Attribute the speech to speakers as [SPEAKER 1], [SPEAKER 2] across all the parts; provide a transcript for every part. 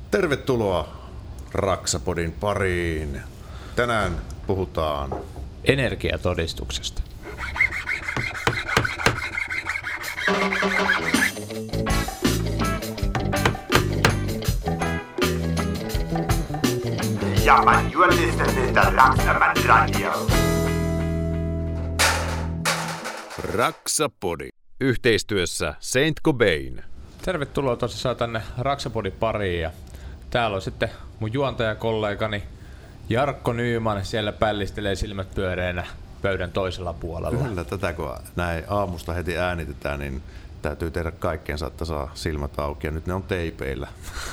[SPEAKER 1] Tervetuloa Raksapodin pariin. Tänään puhutaan
[SPEAKER 2] energiatodistuksesta.
[SPEAKER 3] Ja man, you're listening to Raksaman Radio.
[SPEAKER 1] Raksapodi. Yhteistyössä Saint-Gobain.
[SPEAKER 2] Tervetuloa tosissaan tänne Raksapodin pariin. Ja täällä on sitten mun juontajakollegani Jarkko Nyyman. Siellä pällistelee silmät pyöreänä pöydän toisella puolella.
[SPEAKER 1] Kyllä, tätä kun näin aamusta heti äänitetään, niin täytyy tehdä kaikkeensa, että saa silmät auki. Ja nyt ne on teipeillä.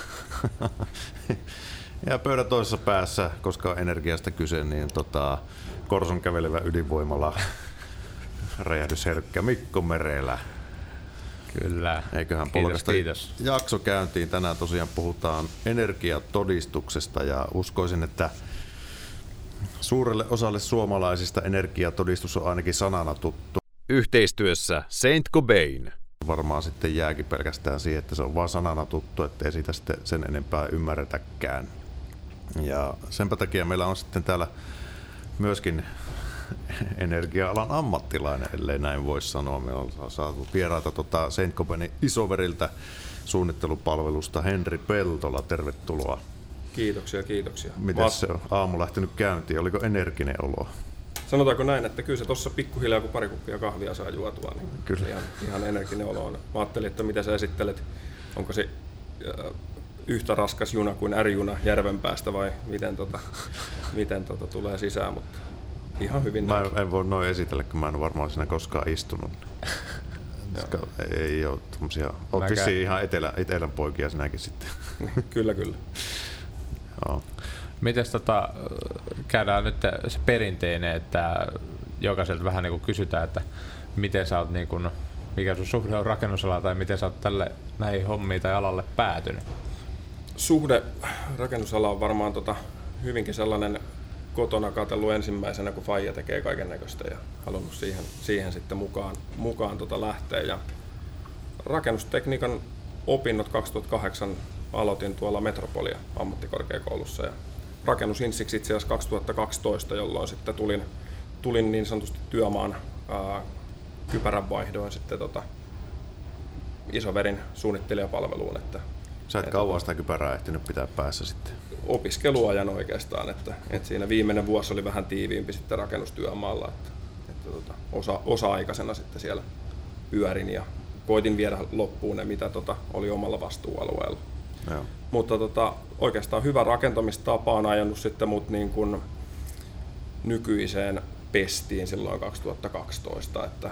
[SPEAKER 1] Ja pöydän toisessa päässä, koska on energiasta kyse, niin Korson kävelevä ydinvoimala räjähdysherkkä Mikko Merelä.
[SPEAKER 2] Kyllä.
[SPEAKER 1] Eiköhän
[SPEAKER 2] Kiitos.
[SPEAKER 1] Jakso käyntiin. Tänään tosiaan puhutaan energiatodistuksesta ja uskoisin, että suurelle osalle suomalaisista energiatodistus on ainakin sanana tuttu. Yhteistyössä Saint-Gobain. Varmaan sitten jääkin pelkästään siihen, että se on vaan sanana tuttu, ettei siitä sitten sen enempää ymmärretäkään. Ja senpä takia meillä on sitten täällä myöskin energia-alan ammattilainen, ellei näin voi sanoa. Me on saatu vieraita Saint-Gobainin isoveriltä suunnittelupalvelusta Henri Peltola. Tervetuloa.
[SPEAKER 4] Kiitoksia.
[SPEAKER 1] Miten se on aamu lähtenyt käyntiin? Oliko energinen olo?
[SPEAKER 4] Sanotaanko näin, että kyllä se tuossa pikkuhiljaa kun pari kuppia kahvia saa juotua, niin kyllä. Ihan energinen olo on. Mä ajattelin, että mitä sä esittelet, onko se yhtä raskas juna kuin R-juna Järvenpäästä vai miten tulee sisään, mutta ihan hyvin.
[SPEAKER 1] Mä en voi noin esitellä, kun mä en varmaan siinä koskaan istunut. Ei ole tommosia, oot vissiin ihan etelän poikia sinäkin sitten.
[SPEAKER 4] Kyllä.
[SPEAKER 2] Joo. Mites käydään nyt se perinteinen, että jokaiselta vähän niin kuin kysytään, että miten sä oot niin kuin, mikä sun suhde on rakennusalalla tai miten sä oot näihin hommiin tai alalle päätynyt?
[SPEAKER 4] Suhde rakennusala on varmaan hyvinkin sellainen kotona katsellut ensimmäisenä, kun faija tekee kaiken näköistä ja halunnut siihen sitten mukaan lähteä. Ja rakennustekniikan opinnot 2008 aloitin tuolla Metropolia ammattikorkeakoulussa ja rakennusinsiksi itse asiassa 2012, jolloin sitten tulin niin sanotusti työmaan kypärän vaihdoin sitten isoverin suunnittelijapalveluun.
[SPEAKER 1] Sä et kauan sitä kypärää ehtinyt pitää päässä sitten?
[SPEAKER 4] Opiskeluajan oikeastaan, että siinä viimeinen vuosi oli vähän tiiviimpi sitten rakennustyömaalla, että osa-aikaisena sitten siellä pyörin ja koitin viedä loppuun ne, mitä oli omalla vastuualueella.
[SPEAKER 1] Joo.
[SPEAKER 4] Mutta oikeastaan hyvä rakentamistapa on ajanut sitten mut niin kuin nykyiseen pestiin silloin 2012, että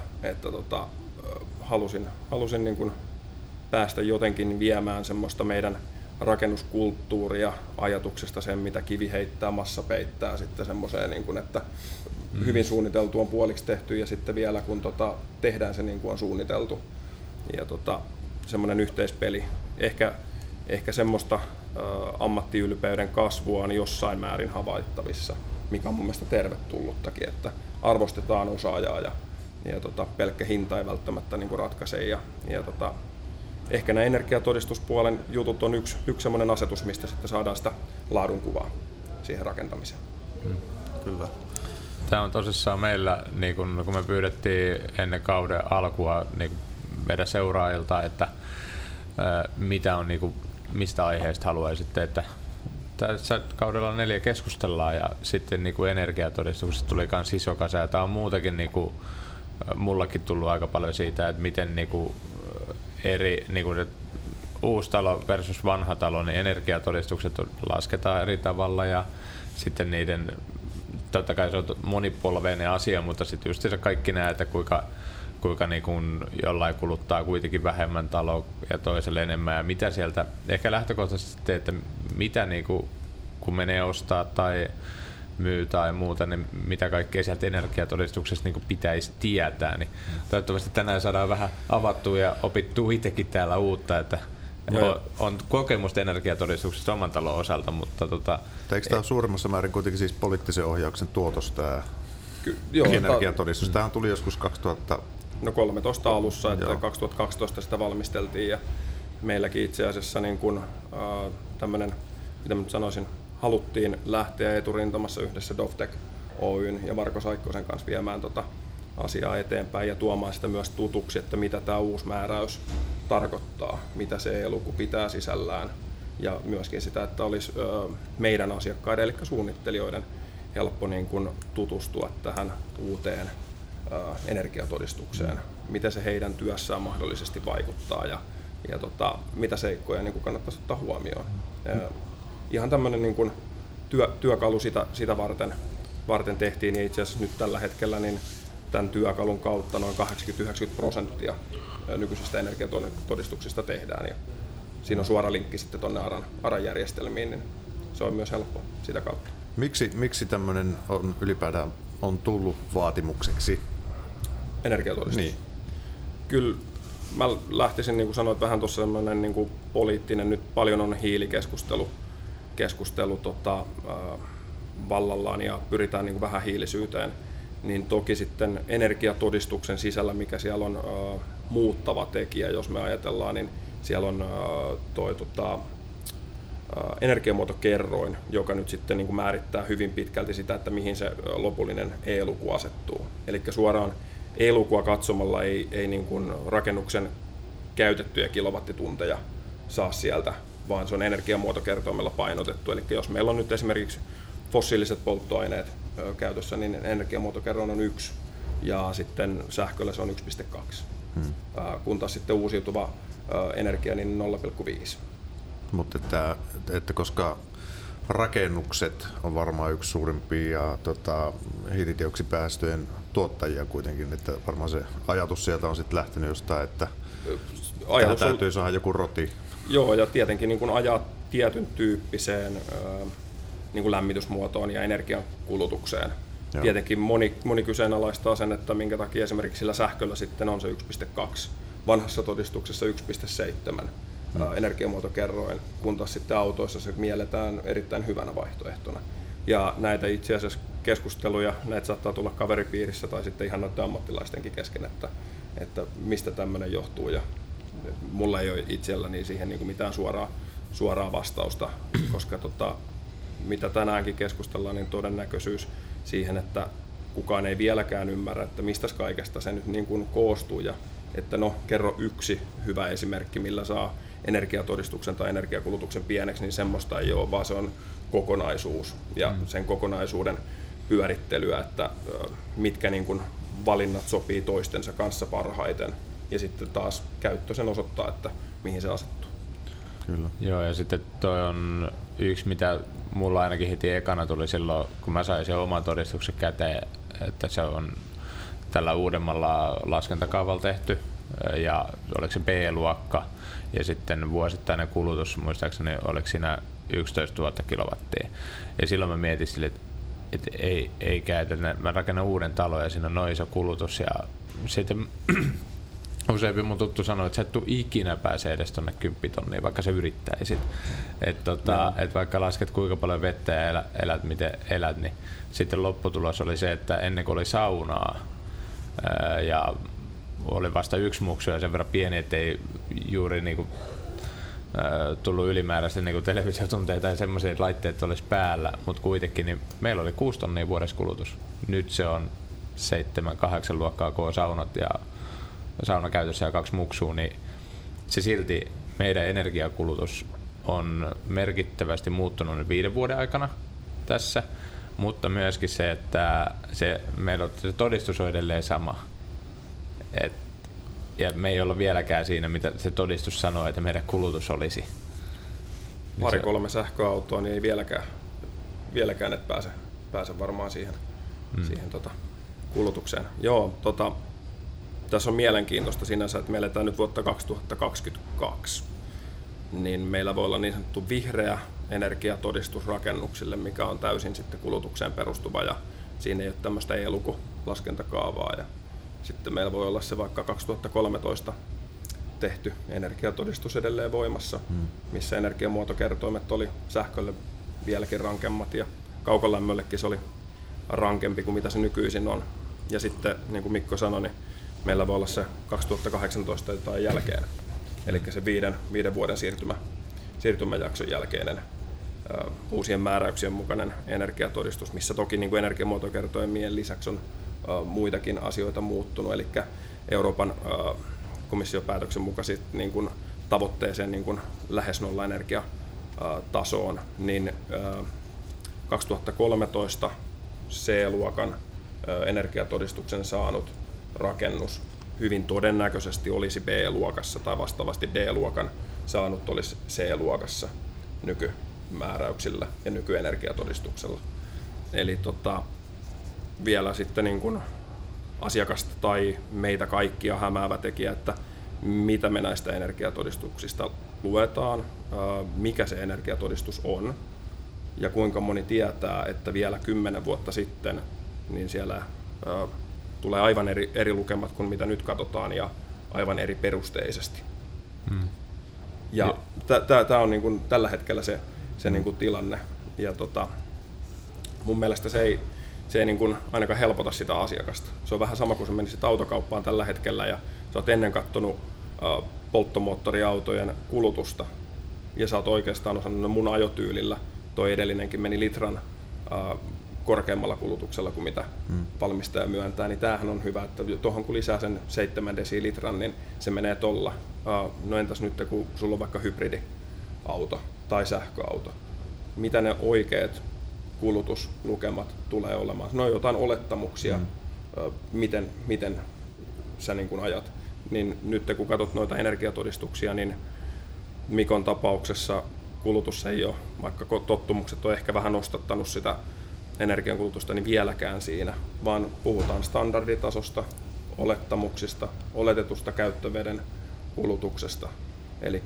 [SPEAKER 4] halusin niin kuin päästä jotenkin viemään semmoista meidän rakennuskulttuuria ajatuksesta sen, mitä kivi heittää, massa peittää sitten semmoiseen, niin kuin, että hyvin suunniteltu on puoliksi tehty ja sitten vielä kun tehdään se niin kuin on suunniteltu. Ja semmoinen yhteispeli. Ehkä semmoista ammattiylpeyden kasvua on jossain määrin havaittavissa, mikä on mun mielestä tervetulluttakin, että arvostetaan osaajaa ja pelkkä hinta ei välttämättä niin kuin ratkaise. Ja ehkä nämä energiatodistuspuolen jutut on yksi semmoinen asetus, mistä sitten saadaan sitä laadunkuvaa siihen rakentamiseen.
[SPEAKER 1] Kyllä.
[SPEAKER 2] Tämä on tosissaan meillä, niin kun me pyydettiin ennen kauden alkua niin meidän seuraajilta, että mitä on, niin kuin, mistä aiheesta haluaisitte, että tässä kaudella 4 keskustellaan ja sitten niin kuin energiatodistuksesta tuli myös iso kasa ja tämä on muutenkin niin kuin, mullakin tullut aika paljon siitä, että miten niin kuin, eri niin kuin, uusi talo versus vanha talo, niin energiatodistukset lasketaan eri tavalla ja sitten niiden, totta kai se on monipolveinen asia, mutta sitten just se kaikki nämä, että kuinka niin kuin jollain kuluttaa kuitenkin vähemmän talo ja toiselle enemmän ja mitä sieltä, ehkä lähtökohtaisesti, että mitä niin kuin, kun menee ostaa tai myy tai muuta, niin mitä kaikkea sieltä energiatodistuksesta niin kuin pitäisi tietää, niin toivottavasti tänään saadaan vähän avattua ja opittua itsekin täällä uutta, että on kokemusta energiatodistuksesta oman talon osalta, mutta
[SPEAKER 1] eikö tämä suurimmassa määrin kuitenkin siis poliittisen ohjauksen tuotos tämä energiatodistus? Tämähän tuli joskus 2013
[SPEAKER 4] alussa, että 2012 sitä valmisteltiin ja meilläkin itse asiassa niin kun, tämmönen, mitä mä nyt sanoisin, haluttiin lähteä eturintamassa yhdessä Dovtech Oyn ja Marko Saikkosen kanssa viemään asiaa eteenpäin ja tuomaan sitä myös tutuksi, että mitä tämä uusi määräys tarkoittaa, mitä se E-luku pitää sisällään ja myöskin sitä, että olisi meidän asiakkaiden eli suunnittelijoiden helppo niin kuin tutustua tähän uuteen energiatodistukseen, miten se heidän työssään mahdollisesti vaikuttaa ja mitä seikkoja niin kuin kannattaisi ottaa huomioon. Ihan tämmöinen niin kuin työkalu sitä varten tehtiin ja itse asiassa nyt tällä hetkellä niin tämän työkalun kautta noin 80-90% nykyisistä energiatodistuksista tehdään. Ja siinä on suora linkki sitten tuonne ARAn järjestelmiin, niin se on myös helppo sitä kautta.
[SPEAKER 1] Miksi tämmöinen on ylipäätään tullut vaatimukseksi?
[SPEAKER 4] Energiatodistus?
[SPEAKER 1] Niin.
[SPEAKER 4] Kyllä mä lähtisin, niin kuin sanoit, vähän tuossa semmoinen niin kuin poliittinen, nyt paljon on hiilikeskustelu vallallaan ja pyritään niin kuin vähän hiilisyyteen, niin toki sitten energiatodistuksen sisällä, mikä siellä on muuttava tekijä, jos me ajatellaan, niin siellä on energiamuotokerroin, joka nyt sitten niin kuin määrittää hyvin pitkälti sitä, että mihin se lopullinen E-luku asettuu. Eli suoraan E-lukua katsomalla ei niin kuin rakennuksen käytettyjä kilowattitunteja saa sieltä, vaan se on energiamuotokertoimella painotettu. Eli jos meillä on nyt esimerkiksi fossiiliset polttoaineet käytössä, niin energiamuotokerroin on 1 ja sitten sähköllä se on 1,2. Kun taas sitten uusiutuva energia niin 0,5.
[SPEAKER 1] Mutta että koska rakennukset on varmaan yksi suurimpia hiilidioksidipäästöjen tuottajia kuitenkin, että varmaan se ajatus sieltä on sitten lähtenyt jostain, että tähän täytyy saada joku roti.
[SPEAKER 4] Joo, ja tietenkin niin kun ajaa tietyn tyyppiseen niin kuin lämmitysmuotoon ja energiankulutukseen. Joo. Tietenkin moni kyseenalaistaa sen, että minkä takia esimerkiksi sillä sähköllä sitten on se 1,2, vanhassa todistuksessa 1,7 energiamuotokerroin, kun taas sitten autoissa se mielletään erittäin hyvänä vaihtoehtona. Ja näitä itse asiassa keskusteluja, näitä saattaa tulla kaveripiirissä tai sitten ihan noiden ammattilaistenkin kesken, että mistä tämmöinen johtuu. Ja mulla ei ole itselläni siihen niin kuin mitään suoraa vastausta, koska mitä tänäänkin keskustellaan, niin todennäköisyys siihen, että kukaan ei vieläkään ymmärrä, että mistä kaikesta se nyt niin kuin koostuu. Ja että no, kerro yksi hyvä esimerkki, millä saa energiatodistuksen tai energiakulutuksen pieneksi, niin semmoista ei ole, vaan se on kokonaisuus ja sen kokonaisuuden pyörittelyä, että mitkä niin kuin valinnat sopii toistensa kanssa parhaiten ja sitten taas käyttö sen osoittaa, että mihin se asettuu.
[SPEAKER 2] Kyllä. Joo, ja sitten toi on yksi, mitä mulla ainakin heti ekana tuli silloin, kun mä sain sen oman todistuksen käteen, että se on tällä uudemmalla laskentakaavalla tehty ja oliko se B-luokka ja sitten vuosittainen kulutus muistaakseni oliko siinä 11 000 kilowattia. Ja silloin mä mietin sille, että ei käytä, mä rakennan uuden talon ja siinä on noin iso kulutus ja sitten useampi mun tuttu sanoi, että sä et tule ikinä pääse edes tonne 10 tonnia, vaikka sä yrittäisit. Että vaikka lasket kuinka paljon vettä ja elät miten elät, niin sitten lopputulos oli se, että ennen kuin oli saunaa ja oli vasta 1 muksu ja sen verran pieni, ettei juuri niinku, tullut ylimääräistä niinku televisiotunteja tai semmoisia laitteet olisi päällä, mutta kuitenkin niin meillä oli 6 tonnia vuodessa kulutus. Nyt se on 7-8 luokkaa, kun on saunat ja saunakäytössä ja 2 muksua, niin se silti meidän energiakulutus on merkittävästi muuttunut 5 vuoden aikana tässä, mutta myöskin se, että meillä se todistus on edelleen sama. Ja me ei olla vieläkään siinä, mitä se todistus sanoo, että meidän kulutus olisi.
[SPEAKER 4] 2-3 sähköautoa, niin ei vieläkään et pääse varmaan siihen kulutukseen. Joo, tässä on mielenkiintoista sinänsä, että me eletään nyt vuotta 2022, niin meillä voi olla niin sanottu vihreä energiatodistus rakennuksille, mikä on täysin sitten kulutukseen perustuva ja siinä ei ole tämmöistä E-lukulaskentakaamaa. Ja sitten meillä voi olla se vaikka 2013 tehty energiatodistus edelleen voimassa, missä energiamuotokertoimet oli sähkölle vieläkin rankemmat ja kaukolämmöllekin se oli rankempi kuin mitä se nykyisin on. Ja sitten, niin kuin Mikko sanoi, niin meillä voi olla se 2018 jotain jälkeen Eli se 5 vuoden siirtymäjakson jälkeinen uusien määräyksien mukainen energiatodistus, missä toki niin kuin energiamuotokertoimien lisäksi on muitakin asioita muuttunut, eli Euroopan komission päätöksen mukaisesti niin kuin tavoitteeseen niin kuin lähes nolla energiatasoon, niin 2013 C-luokan energiatodistuksen saanut rakennus hyvin todennäköisesti olisi B-luokassa tai vastaavasti D-luokan saanut olisi C-luokassa nykymääräyksillä ja nykyenergiatodistuksella. Eli vielä sitten niin kuin asiakasta tai meitä kaikkia hämäävä tekijä, että mitä me näistä energiatodistuksista luetaan, mikä se energiatodistus on ja kuinka moni tietää, että vielä 10 vuotta sitten niin siellä tulee aivan eri lukemat kuin mitä nyt katsotaan ja aivan eri perusteisesti. Ja tämä on niin kuin tällä hetkellä se niin kuin tilanne. Ja mun mielestä se ei niin kuin ainakaan helpota sitä asiakasta. Se on vähän sama kuin se menisit autokauppaan tällä hetkellä ja sä oot ennen katsonut polttomoottoriautojen kulutusta ja sä oot oikeastaan osannut mun ajotyylillä. Toi edellinenkin meni litran korkeammalla kulutuksella kuin mitä valmistaja myöntää, niin tämähän on hyvä, että tuohon kun lisää sen 7 desilitran, niin se menee tolla. No entäs nyt, kun sulla on vaikka hybridiauto tai sähköauto, mitä ne oikeat kulutuslukemat tulee olemaan? No jotain olettamuksia, miten sä niin kun ajat. Niin nyt kun katsot noita energiatodistuksia, niin Mikon tapauksessa kulutus ei ole, vaikka tottumukset on ehkä vähän nostattanut sitä energiankulutusta, niin vieläkään siinä, vaan puhutaan standarditasosta, olettamuksista, oletetusta käyttöveden kulutuksesta. Eli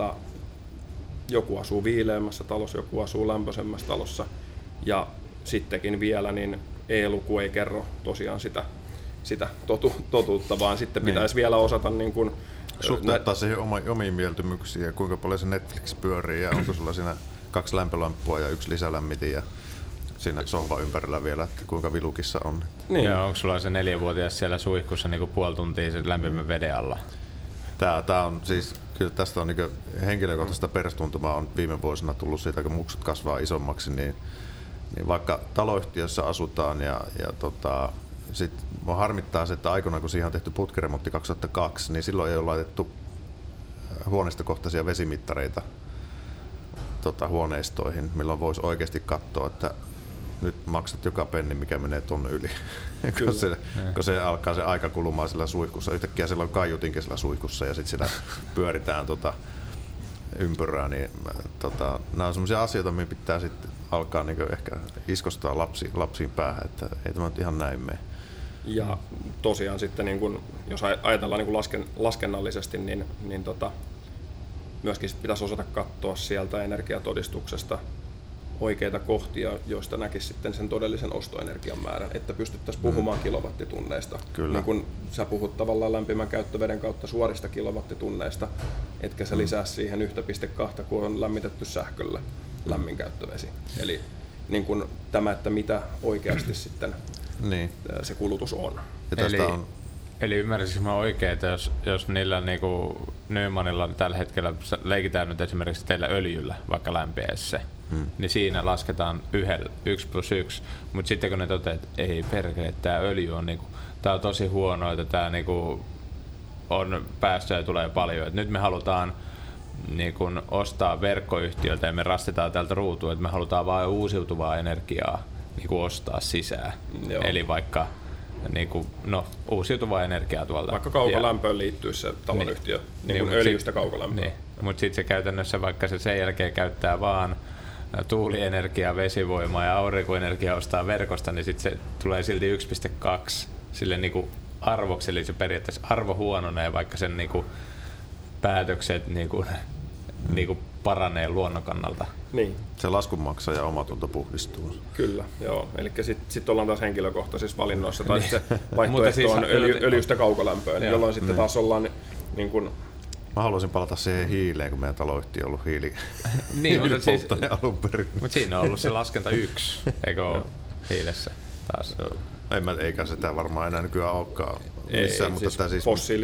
[SPEAKER 4] joku asuu viileämmässä talossa, joku asuu lämpöisemmässä talossa ja sittenkin vielä niin E-luku ei kerro tosiaan sitä totuutta, vaan sitten pitäisi vielä osata niin kuin
[SPEAKER 1] suhteuttaa siihen omiin mieltymyksiin ja kuinka paljon se Netflix pyörii ja onko sulla siinä 2 lämpölamppua ja 1 lisälämmitin ja siinä sohva ympärillä vielä, että kuinka vilukissa on.
[SPEAKER 2] Niin. Ja onko sulla se 4-vuotias siellä suihkussa niin puoli tuntia sen lämpimän veden alla?
[SPEAKER 1] Tää on siis, kyllä tästä on niin henkilökohtaista perustuntumaa on viime vuosina tullut siitä, kun muksut kasvaa isommaksi, niin vaikka taloyhtiössä asutaan ja sit mua harmittaa se, että aikoinaan kun siihen on tehty putkiremontti 2002, niin silloin ei ole laitettu huoneistokohtaisia vesimittareita huoneistoihin, milloin voisi oikeasti katsoa, että nyt maksat joka penni, mikä menee ton yli. kun se alkaa se aika kulumaan sillä suihkussa. Yhtäkkiä siellä on kaiutinkin sillä suihkussa ja sitten siellä pyöritään ympyrää. Niin, nämä on sellaisia asioita, mihin pitää sitten alkaa niin ehkä iskostaa lapsiin päähän, että ei tämä nyt ihan näin mene.
[SPEAKER 4] Ja tosiaan sitten, niin kun, jos ajatellaan niin kun laskennallisesti, niin myöskin pitäisi osata katsoa sieltä energiatodistuksesta oikeita kohtia, joista näkisi sitten sen todellisen ostoenergian määrän, että pystyttäisiin puhumaan kilowattitunneista.
[SPEAKER 1] Kyllä.
[SPEAKER 4] Niin kun sä puhut tavallaan lämpimän käyttöveden kautta suorista kilowattitunneista, etkä sä lisää siihen 1,2, kun on lämmitetty sähköllä lämmin käyttövesi. Eli niin kun tämä, että mitä oikeasti sitten se kulutus on.
[SPEAKER 2] Eli ymmärsinkö mä oikein, että jos niillä niinku Nymanilla tällä hetkellä leikitään nyt esimerkiksi teillä öljyllä vaikka lämpiäessä, niin siinä lasketaan 1+1, mutta sitten kun ne toteaa, että ei perkele, että tämä öljy on, niinku, tää on tosi huono, että tämä niinku, on päästöjä tulee paljon, että nyt me halutaan niinku, ostaa verkkoyhtiöltä ja me rastetaan tältä ruutua, että me halutaan vain uusiutuvaa energiaa niinku, ostaa sisään. Joo. Eli vaikka niinku, uusiutuvaa energiaa tuolta.
[SPEAKER 4] Vaikka kaukolämpöön liittyy se taloyhtiö, niin öljystä kaukolämpöön.
[SPEAKER 2] Niin. Mutta sitten se käytännössä, vaikka se sen jälkeen käyttää vaan tuulienergiaa, vesivoimaa ja aurinkoenergiaa ostaa verkosta, niin sitten se tulee silti 1,2 sille niinku arvoksi, eli se periaatteessa arvo huononee, vaikka sen niinku päätökset niinku paranee luonnon kannalta.
[SPEAKER 4] Niin.
[SPEAKER 1] Se laskunmaksaja ja omatunto puhdistuu.
[SPEAKER 4] Kyllä, joo. Eli sitten ollaan taas henkilökohtaisissa valinnoissa, tai se vaihtoehto on öljystä kaukolämpöön, jolloin sitten taas ollaan niin kuin.
[SPEAKER 1] Mä haluaisin palata siihen hiileen, kun meidän taloyhtiö on ollut
[SPEAKER 2] hiilipolttoinen
[SPEAKER 1] alun perin.
[SPEAKER 2] Mutta siinä on ollut se laskenta 1, eikö ole hiilessä taas?
[SPEAKER 1] Eikä sitä varmaan enää nykyään olekaan
[SPEAKER 4] missään, mutta
[SPEAKER 1] siis
[SPEAKER 4] fossiiliset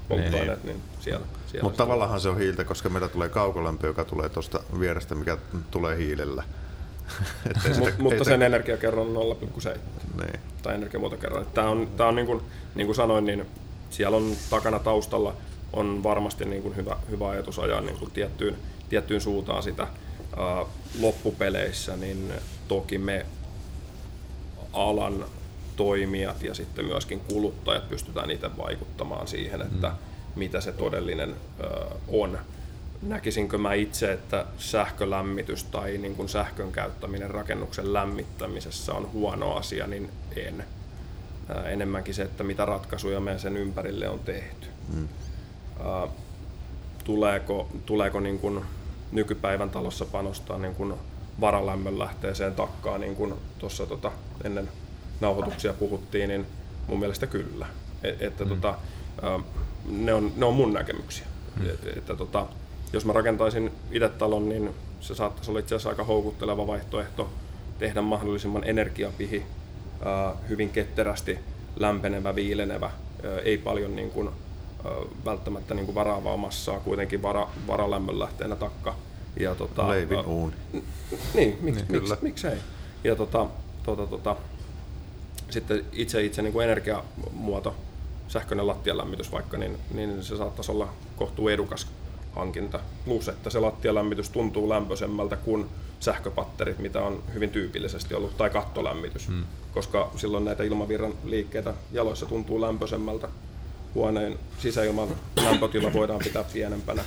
[SPEAKER 4] polttoaineet, niin siellä
[SPEAKER 1] Mutta tavallaan se on hiiltä, koska meillä tulee kaukolämpö, joka tulee tuosta vierestä, mikä tulee hiilellä.
[SPEAKER 4] Mutta sen energiakerron on 0,7
[SPEAKER 1] niin.
[SPEAKER 4] tai energiamuotokerron. Tämä on niin kuin sanoin, niin siellä on takana taustalla on varmasti niin kuin hyvä ajatus ajaa niin kuin tiettyyn suuntaan sitä. Loppupeleissä niin toki me alan toimijat ja sitten myöskin kuluttajat pystytään itse vaikuttamaan siihen, että mitä se todellinen on. Näkisinkö mä itse, että sähkölämmitys tai niin kuin sähkön käyttäminen rakennuksen lämmittämisessä on huono asia, niin en. Enemmänkin se, että mitä ratkaisuja meidän sen ympärille on tehty. Tuleeko niin kuin nykypäivän talossa panostaa niin kuin varalämmön lähteeseen takkaa, niin kuin tuossa ennen nauhoituksia puhuttiin, niin mun mielestä kyllä. Ne on mun näkemyksiä. Jos mä rakentaisin itse talon, niin se saattaisi olla itse asiassa aika houkutteleva vaihtoehto tehdä mahdollisimman energiapihi, hyvin ketterästi lämpenevä, viilenevä, ei paljon niin kuin, välttämättä niin kuin varaavaa massaa, kuitenkin varalämmön lähteenä takka. Ja,
[SPEAKER 1] leivin uuni.
[SPEAKER 4] Niin, miksei. Ja sitten itse niin kuin energiamuoto, sähköinen lattialämmitys vaikka, niin se saattaisi olla kohtuu edukas hankinta. Plus, että se lattialämmitys tuntuu lämpöisemmältä kuin sähköpatterit, mitä on hyvin tyypillisesti ollut, tai kattolämmitys, koska silloin näitä ilmavirran liikkeitä jaloissa tuntuu lämpöisemmältä. Huoneen sisäilman lämpötila voidaan pitää pienempänä.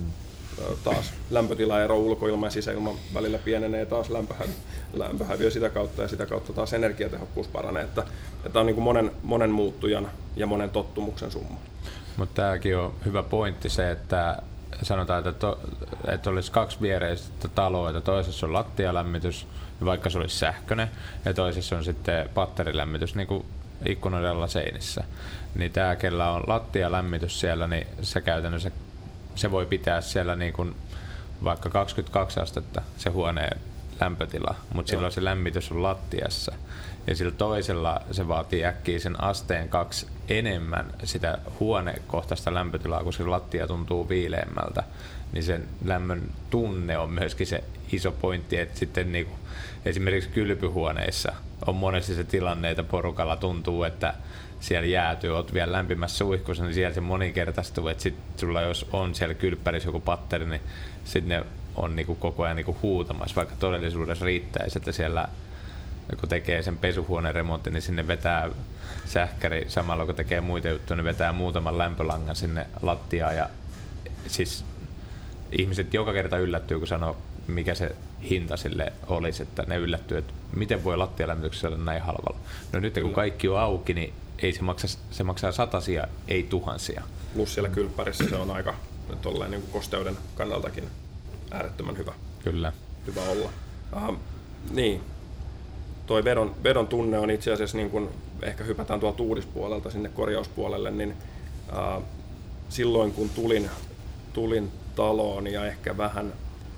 [SPEAKER 4] Taas lämpötilaero ulkoilman ja sisäilman välillä pienenee, taas lämpö häviää sitä kautta ja sitä kautta taas energiatehokkuus paranee. Että on niin kuin monen muuttujan ja monen tottumuksen summa.
[SPEAKER 2] Mutta tämäkin on hyvä pointti se, että sanotaan, että olisi kaksi viereistä taloa, että toisessa on lattialämmitys, vaikka se olisi sähköinen, ja toisessa on sitten patterilämmitys, niin kuin ikkunoiden alla seinissä. Niin tämä, kellä on lattialämmitys siellä, niin se käytännössä se voi pitää siellä niin kuin vaikka 22 astetta se huoneen lämpötila, mutta silloin se lämmitys on lattiassa. Ja sillä toisella se vaatii äkkiä sen asteen 2 enemmän sitä huonekohtaista lämpötilaa, kun se lattia tuntuu viileämmältä. Niin sen lämmön tunne on myöskin se iso pointti, että sitten niin kuin esimerkiksi kylpyhuoneissa on monesti se tilanne, että porukalla tuntuu, että siellä jäätyy, olet vielä lämpimässä suihkussa, niin siellä se moninkertaistuu, että sitten sulla jos on siellä kylppärissä joku patteri, niin sitten ne on niinku koko ajan niinku huutamassa, vaikka todellisuudessa riittäisi, että siellä kun tekee sen pesuhuoneen remontin, niin sinne vetää sähkäri samalla kun tekee muita juttuja, niin vetää muutaman lämpölangan sinne lattiaan ja siis ihmiset joka kerta yllättyy, kun sanoo mikä se hinta sille olisi, että ne yllättyy, että miten voi lattialämmityksessä olla näin halvalla. No nyt kun kaikki on auki, niin ei se maksaa satasia, ei tuhansia.
[SPEAKER 4] Plus siellä kylppärissä se on aika niin kuin kosteuden kannaltakin äärettömän hyvä.
[SPEAKER 2] Kyllä.
[SPEAKER 4] Hyvä olla. Niin. Toi vedon tunne on itse asiassa, niin kun ehkä hypätään tuolta uudispuolelta sinne korjauspuolelle, niin silloin kun tulin taloon ja ehkä vähän,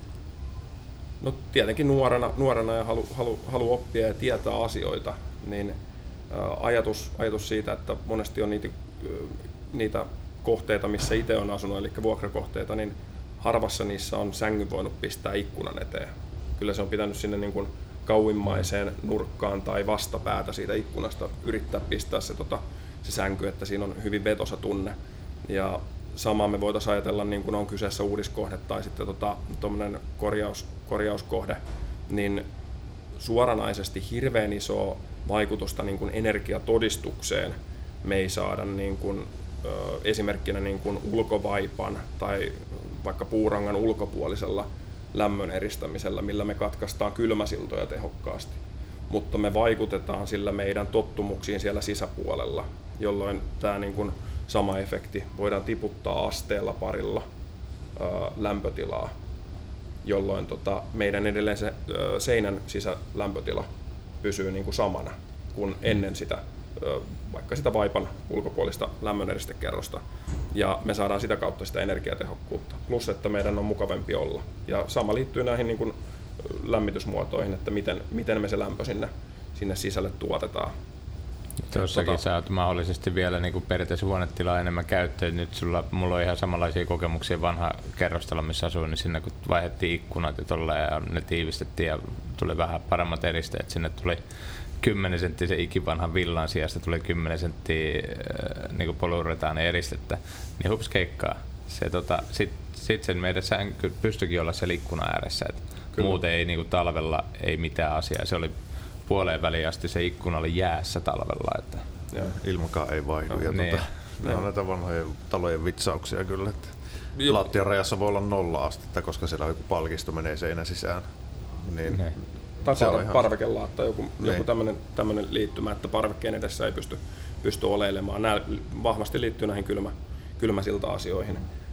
[SPEAKER 4] no tietenkin nuorena ja halu oppia ja tietää asioita, niin ajatus siitä, että monesti on niitä kohteita, missä itse on asunut, eli vuokrakohteita, niin harvassa niissä on sängyn voinut pistää ikkunan eteen. Kyllä se on pitänyt sinne niin kuin kauimmaiseen nurkkaan tai vastapäätä siitä ikkunasta yrittää pistää se sänky, että siinä on hyvin vetosa tunne. Ja samaa me voitaisiin ajatella, niin kun on kyseessä uudiskohde tai sitten tuommoinen korjauskohde, niin suoranaisesti hirveän isoa vaikutusta niin kuin energiatodistukseen me ei saada niin kuin, esimerkkinä niin kuin ulkovaipan tai vaikka puurangan ulkopuolisella lämmön eristämisellä, millä me katkaistaan kylmäsiltoja tehokkaasti. Mutta me vaikutetaan sillä meidän tottumuksiin siellä sisäpuolella, jolloin tämä niin kuin sama efekti voidaan tiputtaa asteella parilla lämpötilaa, jolloin meidän edelleen se seinän sisälämpötila pysyy niin kuin samana kuin ennen sitä, vaikka sitä vaipan ulkopuolista lämmöneristekerrosta. Ja me saadaan sitä kautta sitä energiatehokkuutta. Plus, että meidän on mukavampi olla. Ja sama liittyy näihin niin kuin lämmitysmuotoihin, että miten me se lämpö sinne sisälle tuotetaan.
[SPEAKER 2] Tuossakin sä oot mahdollisesti vielä niin periaatteessa huonetilaa enemmän käyttöön. Nyt mulla on ihan samanlaisia kokemuksia vanha kerrostalo, missä asuin, niin sinne kun vaihdettiin ikkunat ja ne tiivistettiin ja tuli vähän paremmat eristeet. Sinne tuli 10 senttiä se ikivanhan villan sijasta tuli 10 senttiä niin polyuretaanin eristettä. Niin hups keikkaa. Sitten sen meidän sänky pystyikin olla siellä ikkunan ääressä. Muuten ei niin talvella ei mitään asiaa. Se oli puoleen väliin asti se ikkuna oli jäässä talvella. Että.
[SPEAKER 1] Ilmakaan ei vaihdu. Ja ne on näitä vanhojen talojen vitsauksia kyllä. Että lattian rajassa voi olla 0 astetta, koska siellä joku palkisto menee seinän sisään. Niin.
[SPEAKER 4] Tai parvekelaatta, joku tämmöinen liittymä, että parvekkeen edessä ei pysty oleilemaan. Nämä vahvasti liittyy näihin kylmäsilta-asioihin.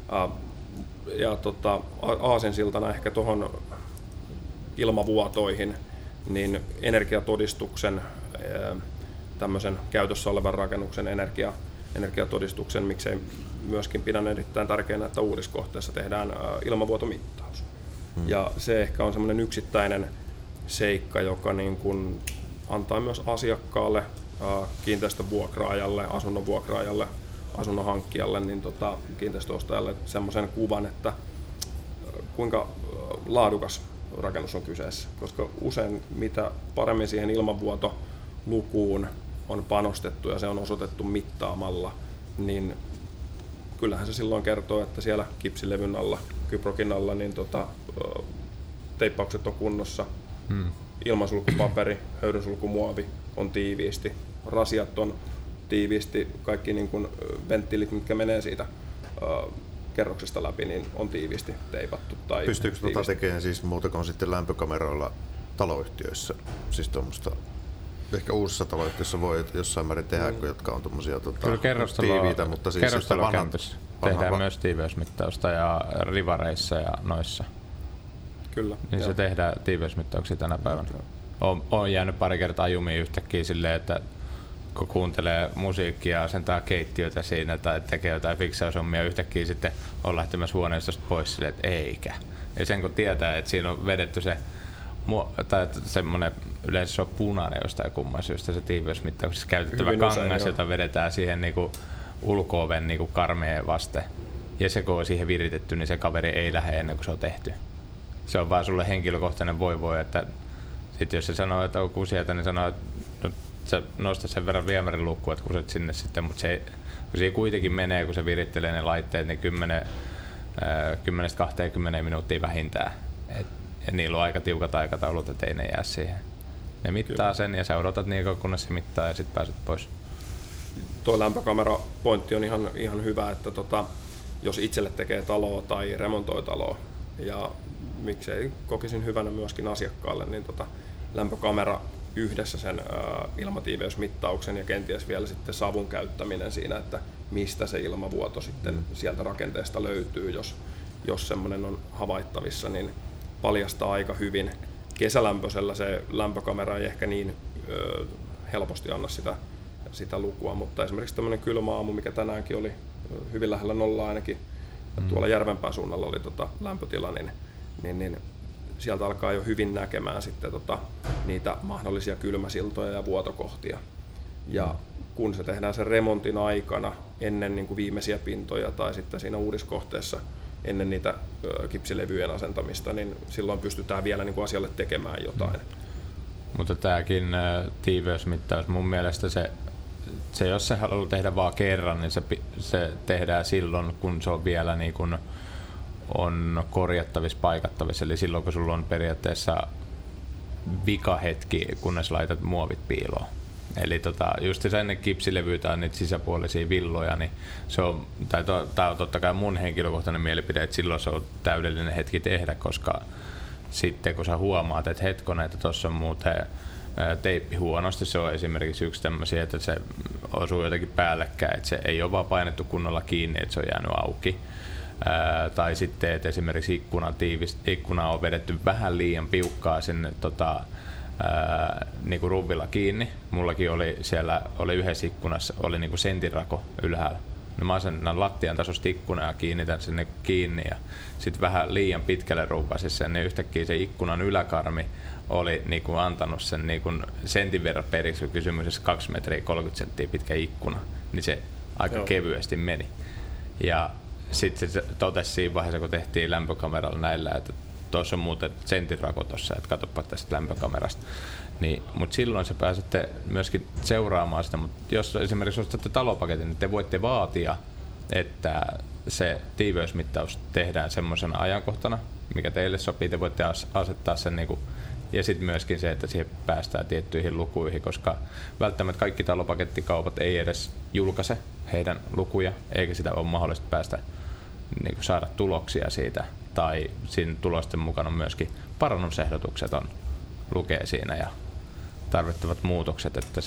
[SPEAKER 4] Ja aasinsiltana ehkä tuohon ilmavuotoihin, niin energiatodistuksen, tämmöisen käytössä olevan rakennuksen energiatodistuksen, miksei myöskin pidän erittäin tärkeänä, että uudiskohteessa tehdään ilmavuotomittaus. Ja se ehkä on semmoinen yksittäinen seikka, joka niin kuin antaa myös asiakkaalle, kiinteistön vuokraajalle, asunnon vuokraajalle, asunnon hankkijalle, niin kiinteistöostajalle semmoisen kuvan, että kuinka laadukas rakennus on kyseessä. Koska usein mitä paremmin siihen ilmanvuotolukuun on panostettu ja se on osoitettu mittaamalla, niin kyllähän se silloin kertoo, että siellä kipsilevyn alla, kyprokin alla, niin teippaukset on kunnossa, ilmansulkupaperi, höyrynsulkumuovi on tiiviisti, rasiat on tiiviisti, kaikki niin kuin venttiilit, mitkä menee siitä kerroksesta läpi, niin on tiiviisti teipattu.
[SPEAKER 1] Pystyykö tekemään siis muuta kuin sitten lämpökameroilla taloyhtiöissä? Siis tuommoista, ehkä uusissa taloyhtiöissä voi jossain määrin tehdä, jotka on tuommoisia tiiviitä, mutta siis
[SPEAKER 2] kerrostalokämpissä tehdään myös tiiveysmittausta ja rivareissa ja noissa.
[SPEAKER 4] Kyllä.
[SPEAKER 2] Niin se tehdään tiiveysmittauksia tänä päivänä. Olen jäänyt pari kertaa jumiin yhtäkkiä silleen, että kun kuuntelee musiikkia ja asentaa keittiötä siinä tai tekee jotain fiksaushommia, yhtäkkiä sitten on lähtemässä huoneistosta pois silleen, että eikä. Ja sen kun tietää, että siinä on vedetty se, tai semmoinen, yleensä se on punainen jostain kumman syystä se tiiveysmittauksessa käytettävä hyvin kangas, usein, jota vedetään siihen niinku ulko-oven niinku karmeen vaste. Ja se kun on siihen viritetty, niin se kaveri ei lähde ennen kuin se on tehty. Se on vaan sulle henkilökohtainen voi, että sitten jos se sanoo, että on kusieta, niin sanoo, että no, sä nostat sen verran viemärin luukkuun, että kuset sinne sitten, mutta se, kun se kuitenkin menee, kun se virittelee ne laitteet, niin 10-20 minuuttia vähintään. Ja niillä on aika tiukat aikataulut, että ei ne jää siihen. Ne mittaa sen ja sä odotat niin kauan, kunnes se mittaa ja sitten pääset pois.
[SPEAKER 4] Tuo lämpökamerapointti on ihan hyvä, että jos itselle tekee taloa tai remontoi taloa, ja miksei kokisin hyvänä myöskin asiakkaalle, niin lämpökamera yhdessä sen ilmatiiveysmittauksen ja kenties vielä sitten savun käyttäminen siinä, että mistä se ilmavuoto sitten sieltä rakenteesta löytyy, jos semmoinen on havaittavissa, niin paljastaa aika hyvin. Kesälämpöisellä se lämpökamera ei ehkä niin helposti anna sitä lukua, mutta esimerkiksi tämmöinen kylmä aamu, mikä tänäänkin oli hyvin lähellä nollaa ainakin, tuolla Järvenpään suunnalla oli lämpötila, niin sieltä alkaa jo hyvin näkemään sitten niitä mahdollisia kylmäsiltoja ja vuotokohtia. Ja kun se tehdään sen remontin aikana ennen niin kuin viimeisiä pintoja tai sitten siinä uudiskohteessa ennen niitä kipsilevyjen asentamista, niin silloin pystytään vielä niin kuin asialle tekemään jotain.
[SPEAKER 2] Mutta tämäkin tiiveysmittaus, mun mielestä se jos se haluaa tehdä vaan kerran, niin se tehdään silloin, kun se on vielä niin kuin on korjattavissa, paikattavissa, eli silloin kun sulla on periaatteessa vikahetki, kunnes laitat muovit piiloon. Eli just se ennen kipsilevyä tai niitä sisäpuolisia villoja, niin se on, tämä on totta kai mun henkilökohtainen mielipide, että silloin se on täydellinen hetki tehdä, koska sitten kun sä huomaat, että hetkonen, että tuossa on muuten teippi huonosti, se on esimerkiksi yksi tämmöisiä, että se osuu jotenkin päällekkäin, että se ei ole vaan painettu kunnolla kiinni, että se on jäänyt auki. Tai sitten, että esimerkiksi ikkuna on vedetty vähän liian piukkaa sinne niin kuin ruvilla kiinni. Mullakin oli siellä yhdessä ikkunassa oli niin kuin sentin rako ylhäällä. niin mä asennan lattian tasosta ikkunaa ja kiinnitän sinne kiinni ja sitten vähän liian pitkälle ruupasin sen, niin yhtäkkiä se ikkunan yläkarmi oli niin kuin antanut sen niin kuin sentin verran periksi, kun kysymyksessä 2 metriä 30 senttiä pitkä ikkuna, niin se aika kevyesti meni. Ja sitten se totesi siinä vaiheessa, kun tehtiin lämpökameralla näillä, että tuossa on muuten sentin rako tuossa, että katsopa tästä lämpökamerasta. Niin, mutta silloin se pääsette myöskin seuraamaan sitä, mutta jos esimerkiksi ostatte talopaketin, niin te voitte vaatia, että se tiiveysmittaus tehdään semmoisena ajankohtana, mikä teille sopii, te voitte asettaa sen niinku, ja sitten myöskin se, että siihen päästään tiettyihin lukuihin, koska välttämättä kaikki talopakettikaupat ei edes julkaise heidän lukuja, eikä sitä ole mahdollista päästä niinku saada tuloksia siitä, tai siinä tulosten mukana myöskin parannusehdotukset lukee siinä ja tarvittavat muutokset, että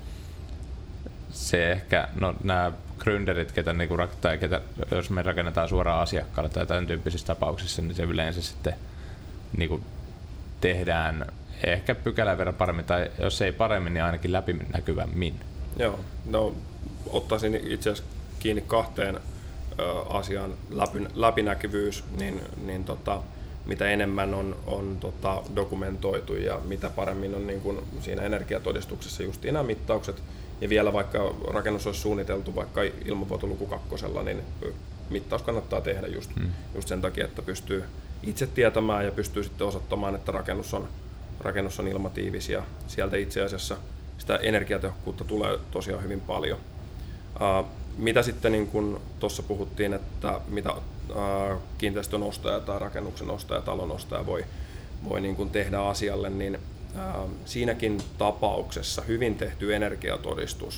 [SPEAKER 2] se ehkä, no nämä gründerit, ketä jos me rakennetaan suoraan asiakkaalle tai tämän tyyppisissä tapauksissa, niin se yleensä sitten niinku tehdään ehkä pykälän verran paremmin, tai jos ei paremmin, niin ainakin läpinäkyvämmin.
[SPEAKER 4] Joo, no ottaisin itse asiassa kiinni 2 asiaan, läpinäkyvyys, niin mitä enemmän on dokumentoitu ja mitä paremmin on niin kuin siinä energiatodistuksessa just nämä mittaukset. Ja vielä vaikka rakennus olisi suunniteltu vaikka ilmavuotoluku 2, niin mittaus kannattaa tehdä just sen takia, että pystyy itse tietämään ja pystyy sitten osoittamaan, että rakennus on ilmatiivis ja sieltä itse asiassa sitä energiatehokkuutta tulee tosiaan hyvin paljon. Mitä sitten niin kuin tuossa puhuttiin, että mitä kiinteistön ostaja tai rakennuksen ostaja, talon ostaja voi niin kuin tehdä asialle, niin siinäkin tapauksessa hyvin tehty energiatodistus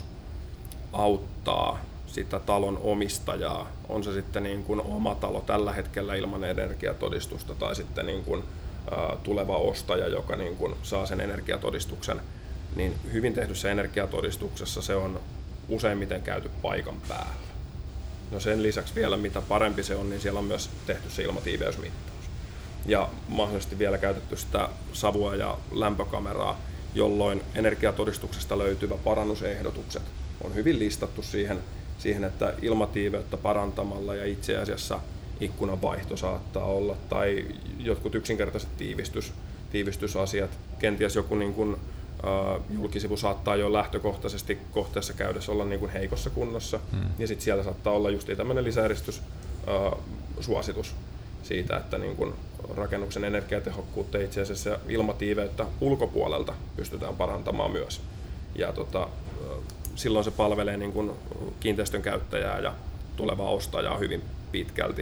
[SPEAKER 4] auttaa sitä talon omistajaa, on se sitten niin kuin oma talo tällä hetkellä ilman energiatodistusta tai sitten niin kuin tuleva ostaja, joka niin kuin saa sen energiatodistuksen, niin hyvin tehdyssä energiatodistuksessa se on useimmiten käyty paikan päällä. No sen lisäksi vielä mitä parempi se on, niin siellä on myös tehty se ilmatiiveysmittaus. Ja mahdollisesti vielä käytetty sitä savua ja lämpökameraa, jolloin energiatodistuksesta löytyvä parannusehdotukset on hyvin listattu siihen, että ilmatiiveyttä parantamalla ja itse asiassa ikkunanvaihto saattaa olla tai jotkut yksinkertaiset tiivistysasiat. Kenties joku niin kuin, julkisivu saattaa jo lähtökohtaisesti kohteessa käydessä olla niin kuin heikossa kunnossa ja sitten siellä saattaa olla just tämmöinen lisäeristyssuositus siitä, että niin kuin rakennuksen energiatehokkuutta itse asiassa ilmatiiveyttä ulkopuolelta pystytään parantamaan myös. Ja silloin se palvelee niin kuin kiinteistön käyttäjää ja tulevaa ostajaa hyvin pitkälti.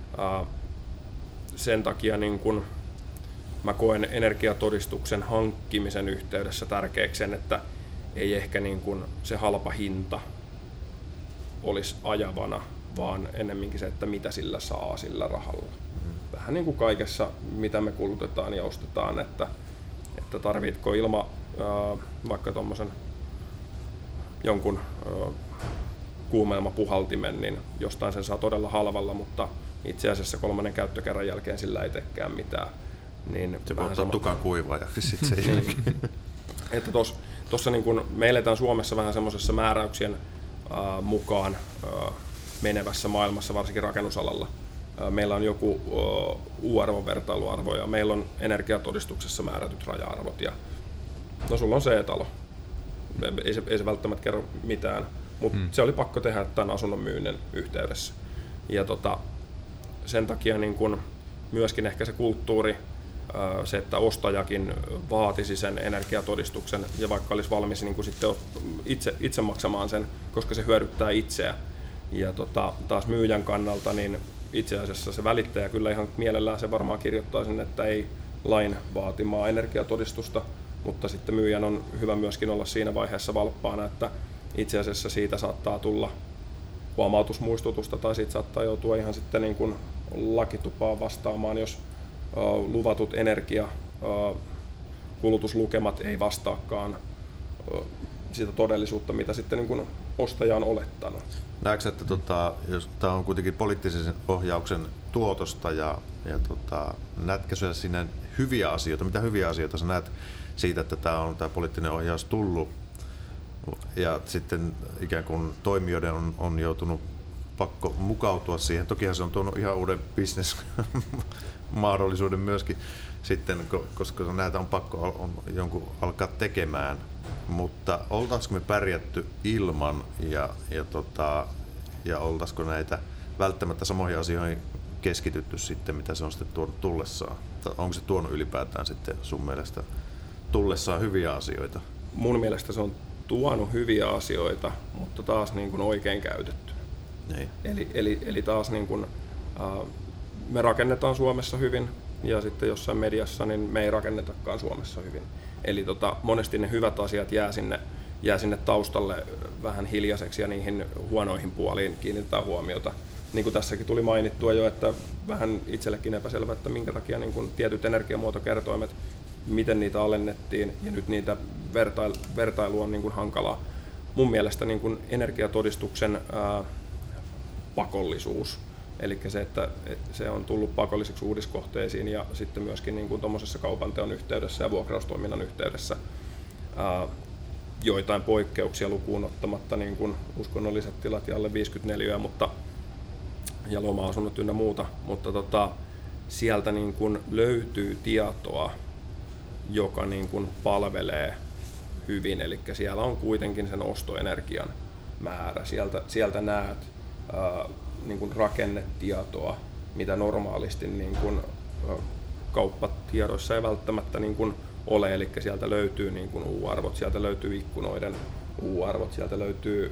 [SPEAKER 4] Sen takia niin kuin mä koen energiatodistuksen hankkimisen yhteydessä tärkeäksi sen, että ei ehkä niin kuin se halpa hinta olisi ajavana, vaan ennemminkin se, että mitä sillä saa sillä rahalla. Vähän niin kuin kaikessa, mitä me kulutetaan ja ostetaan, että tarvitko vaikka tuommoisen jonkun kuumelmapuhaltimen, niin jostain sen saa todella halvalla, mutta itse asiassa 3. käyttökerran jälkeen sillä ei teekään mitään. Niin
[SPEAKER 1] se voi ottaa tukan kuivaa ja sitten se jälkeen.
[SPEAKER 4] Että tuossa niin kun me eletään Suomessa vähän semmoisessa määräyksien mukaan menevässä maailmassa, varsinkin rakennusalalla. Meillä on joku U-arvon vertailuarvo ja meillä on energiatodistuksessa määrätyt raja-arvot. Ja, no sulla on C-talo. Ei se välttämättä kerro mitään, mutta se oli pakko tehdä tämän asunnon myynnin yhteydessä. Ja sen takia niin kun myöskin ehkä se kulttuuri, se, että ostajakin vaatisi sen energiatodistuksen ja vaikka olisi valmis niin kuin sitten itse maksamaan sen, koska se hyödyttää itseä. Ja taas myyjän kannalta, niin itse asiassa se välittäjä kyllä ihan mielellään se varmaan kirjoittaa sen, että ei lain vaatimaa energiatodistusta, mutta sitten myyjän on hyvä myöskin olla siinä vaiheessa valppaana, että itse asiassa siitä saattaa tulla huomautusmuistutusta tai siitä saattaa joutua ihan sitten niin kuin lakitupaan vastaamaan, jos luvatut energiakulutuslukemat ei vastaakaan sitä todellisuutta, mitä sitten niin kuin ostaja on olettanut.
[SPEAKER 1] Näetkö, että jos tämä on kuitenkin poliittisen ohjauksen tuotosta ja näetkö sinä siinä hyviä asioita? Mitä hyviä asioita sä näet siitä, että tämä poliittinen ohjaus tullut ja sitten ikään kuin toimijoiden on joutunut pakko mukautua siihen. Tokihan se on tuonut ihan uuden business-mahdollisuuden myöskin sitten, koska näitä on pakko jonkun alkaa tekemään. Mutta oltaisiko me pärjätty ilman ja oltaisiko näitä välttämättä samoihin asioihin keskitytty sitten, mitä se on sitten tuonut tullessaan? Onko se tuonut ylipäätään sitten sun mielestä tullessaan hyviä asioita?
[SPEAKER 4] Mun mielestä se on tuonut hyviä asioita, mutta taas niin kuin oikein käytetty.
[SPEAKER 1] Niin.
[SPEAKER 4] Eli taas niin kuin, me rakennetaan Suomessa hyvin ja sitten jossain mediassa niin me ei rakennetakaan Suomessa hyvin. Eli monesti ne hyvät asiat jää sinne taustalle vähän hiljaiseksi ja niihin huonoihin puoliin kiinnitetään huomiota. Niin kuin tässäkin tuli mainittua jo, että vähän itsellekin epäselvä, että minkä takia niin kuin tietyt energiamuotokertoimet, miten niitä alennettiin ja nyt niitä vertailu on niin kuin hankalaa. Mun mielestä niin kuin energiatodistuksen pakollisuus, eli se, että se on tullut pakolliseksi uudiskohteisiin ja sitten myöskin niin kuin tuommoisessa kaupanteon yhteydessä ja vuokraustoiminnan yhteydessä joitain poikkeuksia lukuun ottamatta, niin kuin uskonnolliset tilat ja alle 54 ja loma-asunnot ynnä muuta, mutta sieltä niin kuin löytyy tietoa, joka niin kuin palvelee hyvin, eli siellä on kuitenkin sen ostoenergian määrä. Sieltä näet niin kuin rakennetietoa, mitä normaalisti niin kuin kauppatiedoissa ei välttämättä niin kuin ole, eli sieltä löytyy niin kuin U-arvot, sieltä löytyy ikkunoiden U-arvot, sieltä löytyy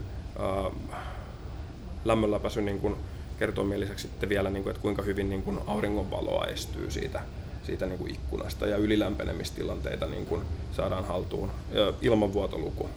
[SPEAKER 4] lämmönläpäisyn niin kuin kertoimien lisäksi sitten vielä, niin kuin, että kuinka hyvin niin kuin auringonvaloa estyy siitä niin kuin ikkunasta ja ylilämpenemistilanteita niin kuin saadaan haltuun. Ilmanvuotoluku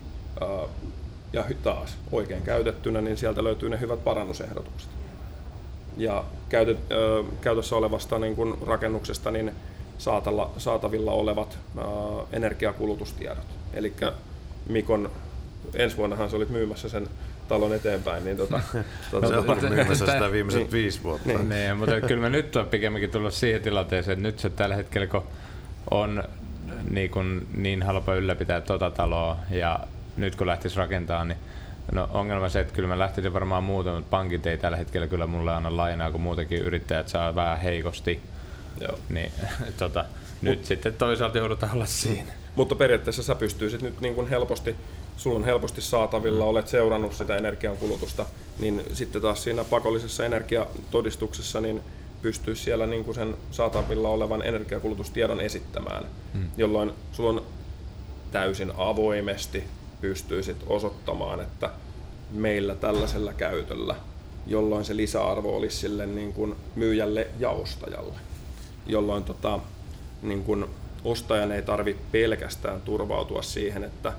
[SPEAKER 4] ja taas oikein käytettynä, niin sieltä löytyy ne hyvät parannusehdotukset. Ja käytössä olevasta niin kuin rakennuksesta niin saatavilla olevat energiakulutustiedot. Eli Mikon, ensi vuonnahan sä olit myymässä sen talon eteenpäin, niin
[SPEAKER 1] se on myymässä sitä viimeiset 5 vuotta.
[SPEAKER 2] Niin, mutta kyllä mä nyt on pikemminkin tullut siihen tilanteeseen, että nyt se tällä hetkellä, kun on niin halpa ylläpitää taloa ja nyt kun lähtisi rakentamaan, niin ongelma se, että kyllä mä lähtisin varmaan muuten, mutta pankit ei tällä hetkellä kyllä mulle anna lainaa, kun muutenkin yrittäjät saa vähän heikosti. Joo. Niin, nyt sitten toisaalta joudutaan olla siinä.
[SPEAKER 4] Mutta periaatteessa sä pystyisit nyt niin kuin helposti, sulla on helposti saatavilla, olet seurannut sitä energiankulutusta, niin sitten taas siinä pakollisessa energiatodistuksessa niin pystyisi siellä niin kuin sen saatavilla olevan energiakulutustiedon esittämään, jolloin sulla on täysin avoimesti pystyisit osoittamaan, että meillä tällaisella käytöllä, jolloin se lisäarvo olisi sille niin kuin myyjälle ja ostajalle, jolloin niin kuin ostajan ei tarvitse pelkästään turvautua siihen, että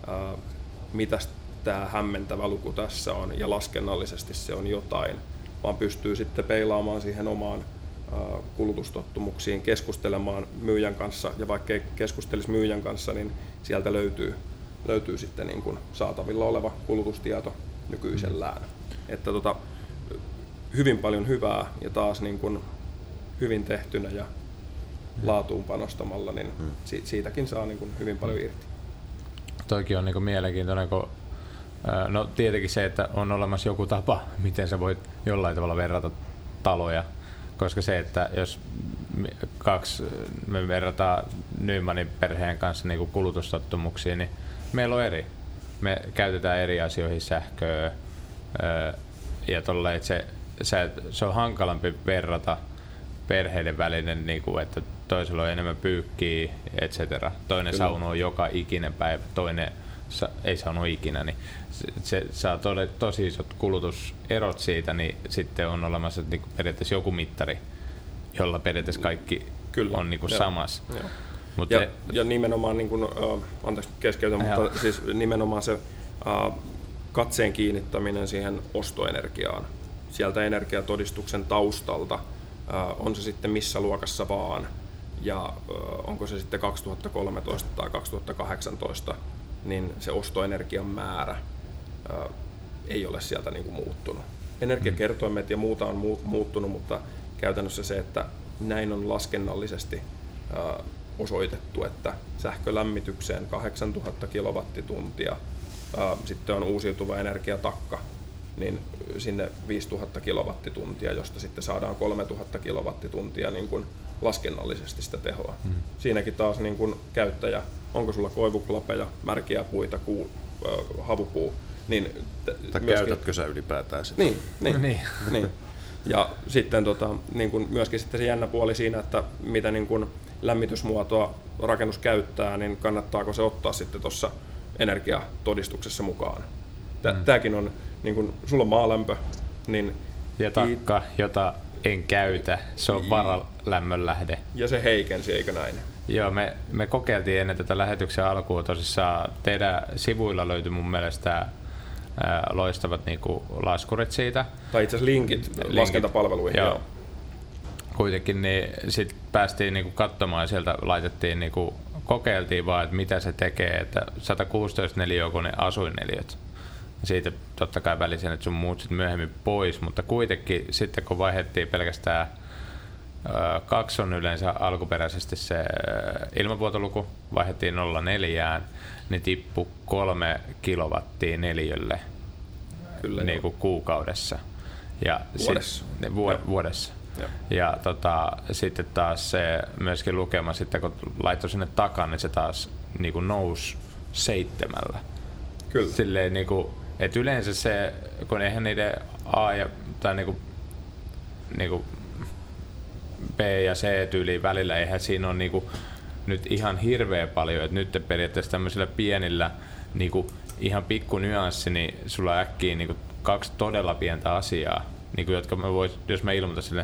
[SPEAKER 4] mitä tämä hämmentävä luku tässä on ja laskennallisesti se on jotain, vaan pystyy sitten peilaamaan siihen omaan kulutustottumuksiin, keskustelemaan myyjän kanssa ja vaikka ei keskustelisi myyjän kanssa, niin sieltä löytyy sitten niin kuin saatavilla oleva kulutustieto nykyisellään. Että hyvin paljon hyvää ja taas niin kuin hyvin tehtynä ja laatuun panostamalla, niin siitäkin saa niin kuin hyvin paljon irti.
[SPEAKER 2] Toikin on niin kuin mielenkiintoinen, kun no tietenkin se, että on olemassa joku tapa, miten sä voit jollain tavalla verrata taloja, koska se, että jos me verrataan Nymanin perheen kanssa niin kuin kulutustottumuksiin, niin meillä on eri. Me käytetään eri asioihin sähköä ja tolle, että se on hankalampi verrata perheiden välinen, niin kuin, että toisella on enemmän pyykkiä, etc. Toinen saunoo joka ikinen päivä, toinen ei saunoo ikinä, niin se saa tosi isot kulutuserot siitä, niin sitten on olemassa niin kuin periaatteessa joku mittari, jolla periaatteessa kaikki on niin kuin samassa.
[SPEAKER 4] Ja nimenomaan, niin kuin, anteeksi keskeytän, mutta siis nimenomaan se katseen kiinnittäminen siihen ostoenergiaan, sieltä energiatodistuksen taustalta, on se sitten missä luokassa vaan, ja onko se sitten 2013 tai 2018, niin se ostoenergian määrä ei ole sieltä niin kuin muuttunut. Energiakertoimet ja muuta on muuttunut, mutta käytännössä se, että näin on laskennallisesti osoitettu, että sähkölämmitykseen 8000 kilowattituntia, sitten on uusiutuva energiatakka, niin sinne 5000 kilowattituntia, josta sitten saadaan 3000 kilowattituntia niin kuin laskennallisesti sitä tehoa. Siinäkin taas niin kuin käyttäjä, onko sulla koivuklapeja, märkiä puita, havupuu, niin
[SPEAKER 1] käytätkö sä ylipäätään sitä?
[SPEAKER 4] Niin. Ja sitten niin kuin myöskin sitten se jännä puoli siinä, että mitä niin kuin lämmitysmuotoa rakennus käyttää, niin kannattaako se ottaa sitten tuossa energiatodistuksessa mukaan. Tämäkin on, niin kuin sulla on maalämpö, niin
[SPEAKER 2] ja takka, jota en käytä, se on varalämmön lähde.
[SPEAKER 4] Ja se heikensi, eikö näin?
[SPEAKER 2] Joo, me kokeiltiin ennen tätä lähetyksen alkua tosissaan. Teidän sivuilla löytyi mun mielestä loistavat niinku laskurit siitä.
[SPEAKER 4] Tai itse asiassa linkit laskentapalveluihin.
[SPEAKER 2] Joo. Kuitenkin niin sit päästiin niinku katsomaan ja sieltä laitettiin niinku, kokeiltiin vaan, että mitä se tekee, että 116 neliökoinen asuinneliöt. Siitä totta kai välisennät sun muut sit myöhemmin pois, mutta kuitenkin sitten kun vaihdettiin pelkästään 2 on yleensä alkuperäisesti se ilmavuotoluku, vaihdettiin 0,4, niin tippui 3 kilowattia neliölle.
[SPEAKER 4] Kyllä,
[SPEAKER 2] niin kuin kuukaudessa. Ja
[SPEAKER 4] vuodessa.
[SPEAKER 2] Vuodessa. Ja sitten taas se myöskin lukema, sitten kun laittoi sinne takan, niin se taas niin kuin nousi 7.
[SPEAKER 4] Kyllä.
[SPEAKER 2] Silleen, niin kuin, että yleensä se, kun eihän niiden A tai niin kuin B ja C tyyliin välillä, eihän siinä ole niin kuin nyt ihan hirveä paljon, että nyt periaatteessa tämmöisillä pienillä niin kuin ihan pikku nyanssi, niin sulla on äkkiä niin kuin 2 todella pientä asiaa, niin kuin, jotka mä vois, jos mä ilmoitan sille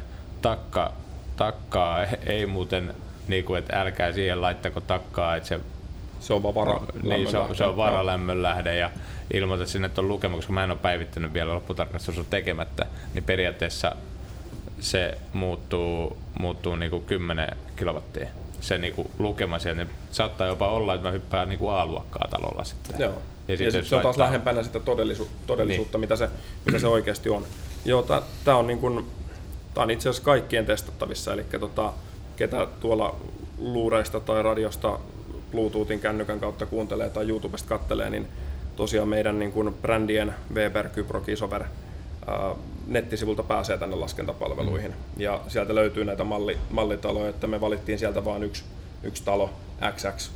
[SPEAKER 2] takkaa, ei muuten, niin kuin, että älkää siihen laittako takkaa, että
[SPEAKER 4] se on vaan
[SPEAKER 2] se on varalämmön lähde ja ilmoitat sinne, että on lukema, koska mä en ole päivittänyt vielä, lopputarkastus on tekemättä, niin periaatteessa se muuttuu niin kuin 10 kilowattia. Se niinku lukema siellä, niin saattaa jopa olla, että mä hyppään niinku A-luokkaa talolla sitten.
[SPEAKER 4] Joo. Ja sitten se on taas lähempänä sitä todellisuutta, niin. mitä se oikeasti on. Joo, tää on itse asiassa kaikkien testattavissa, eli ketä tuolla luureista tai radiosta Bluetoothin kännykän kautta kuuntelee tai YouTubesta kattelee, niin tosiaan meidän niin kuin brändien Weber, Kypro, Kisover nettisivulta pääsee tänne laskentapalveluihin. Ja sieltä löytyy näitä mallitaloja, että me valittiin sieltä vain yksi talo XX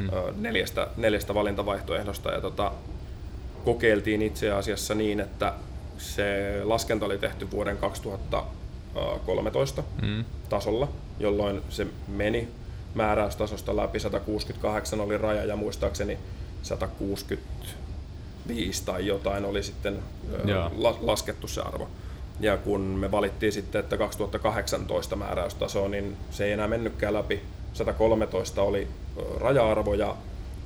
[SPEAKER 4] 4 valintavaihtoehdosta ja kokeiltiin itse asiassa niin, että se laskenta oli tehty vuoden 2013 tasolla, jolloin se meni määräystasosta läpi, 168 oli raja ja muistaakseni 165 tai jotain oli sitten laskettu se arvo. Ja kun me valittiin sitten, että 2018 määräystaso, niin se ei enää mennytkään läpi. 113 oli raja-arvo ja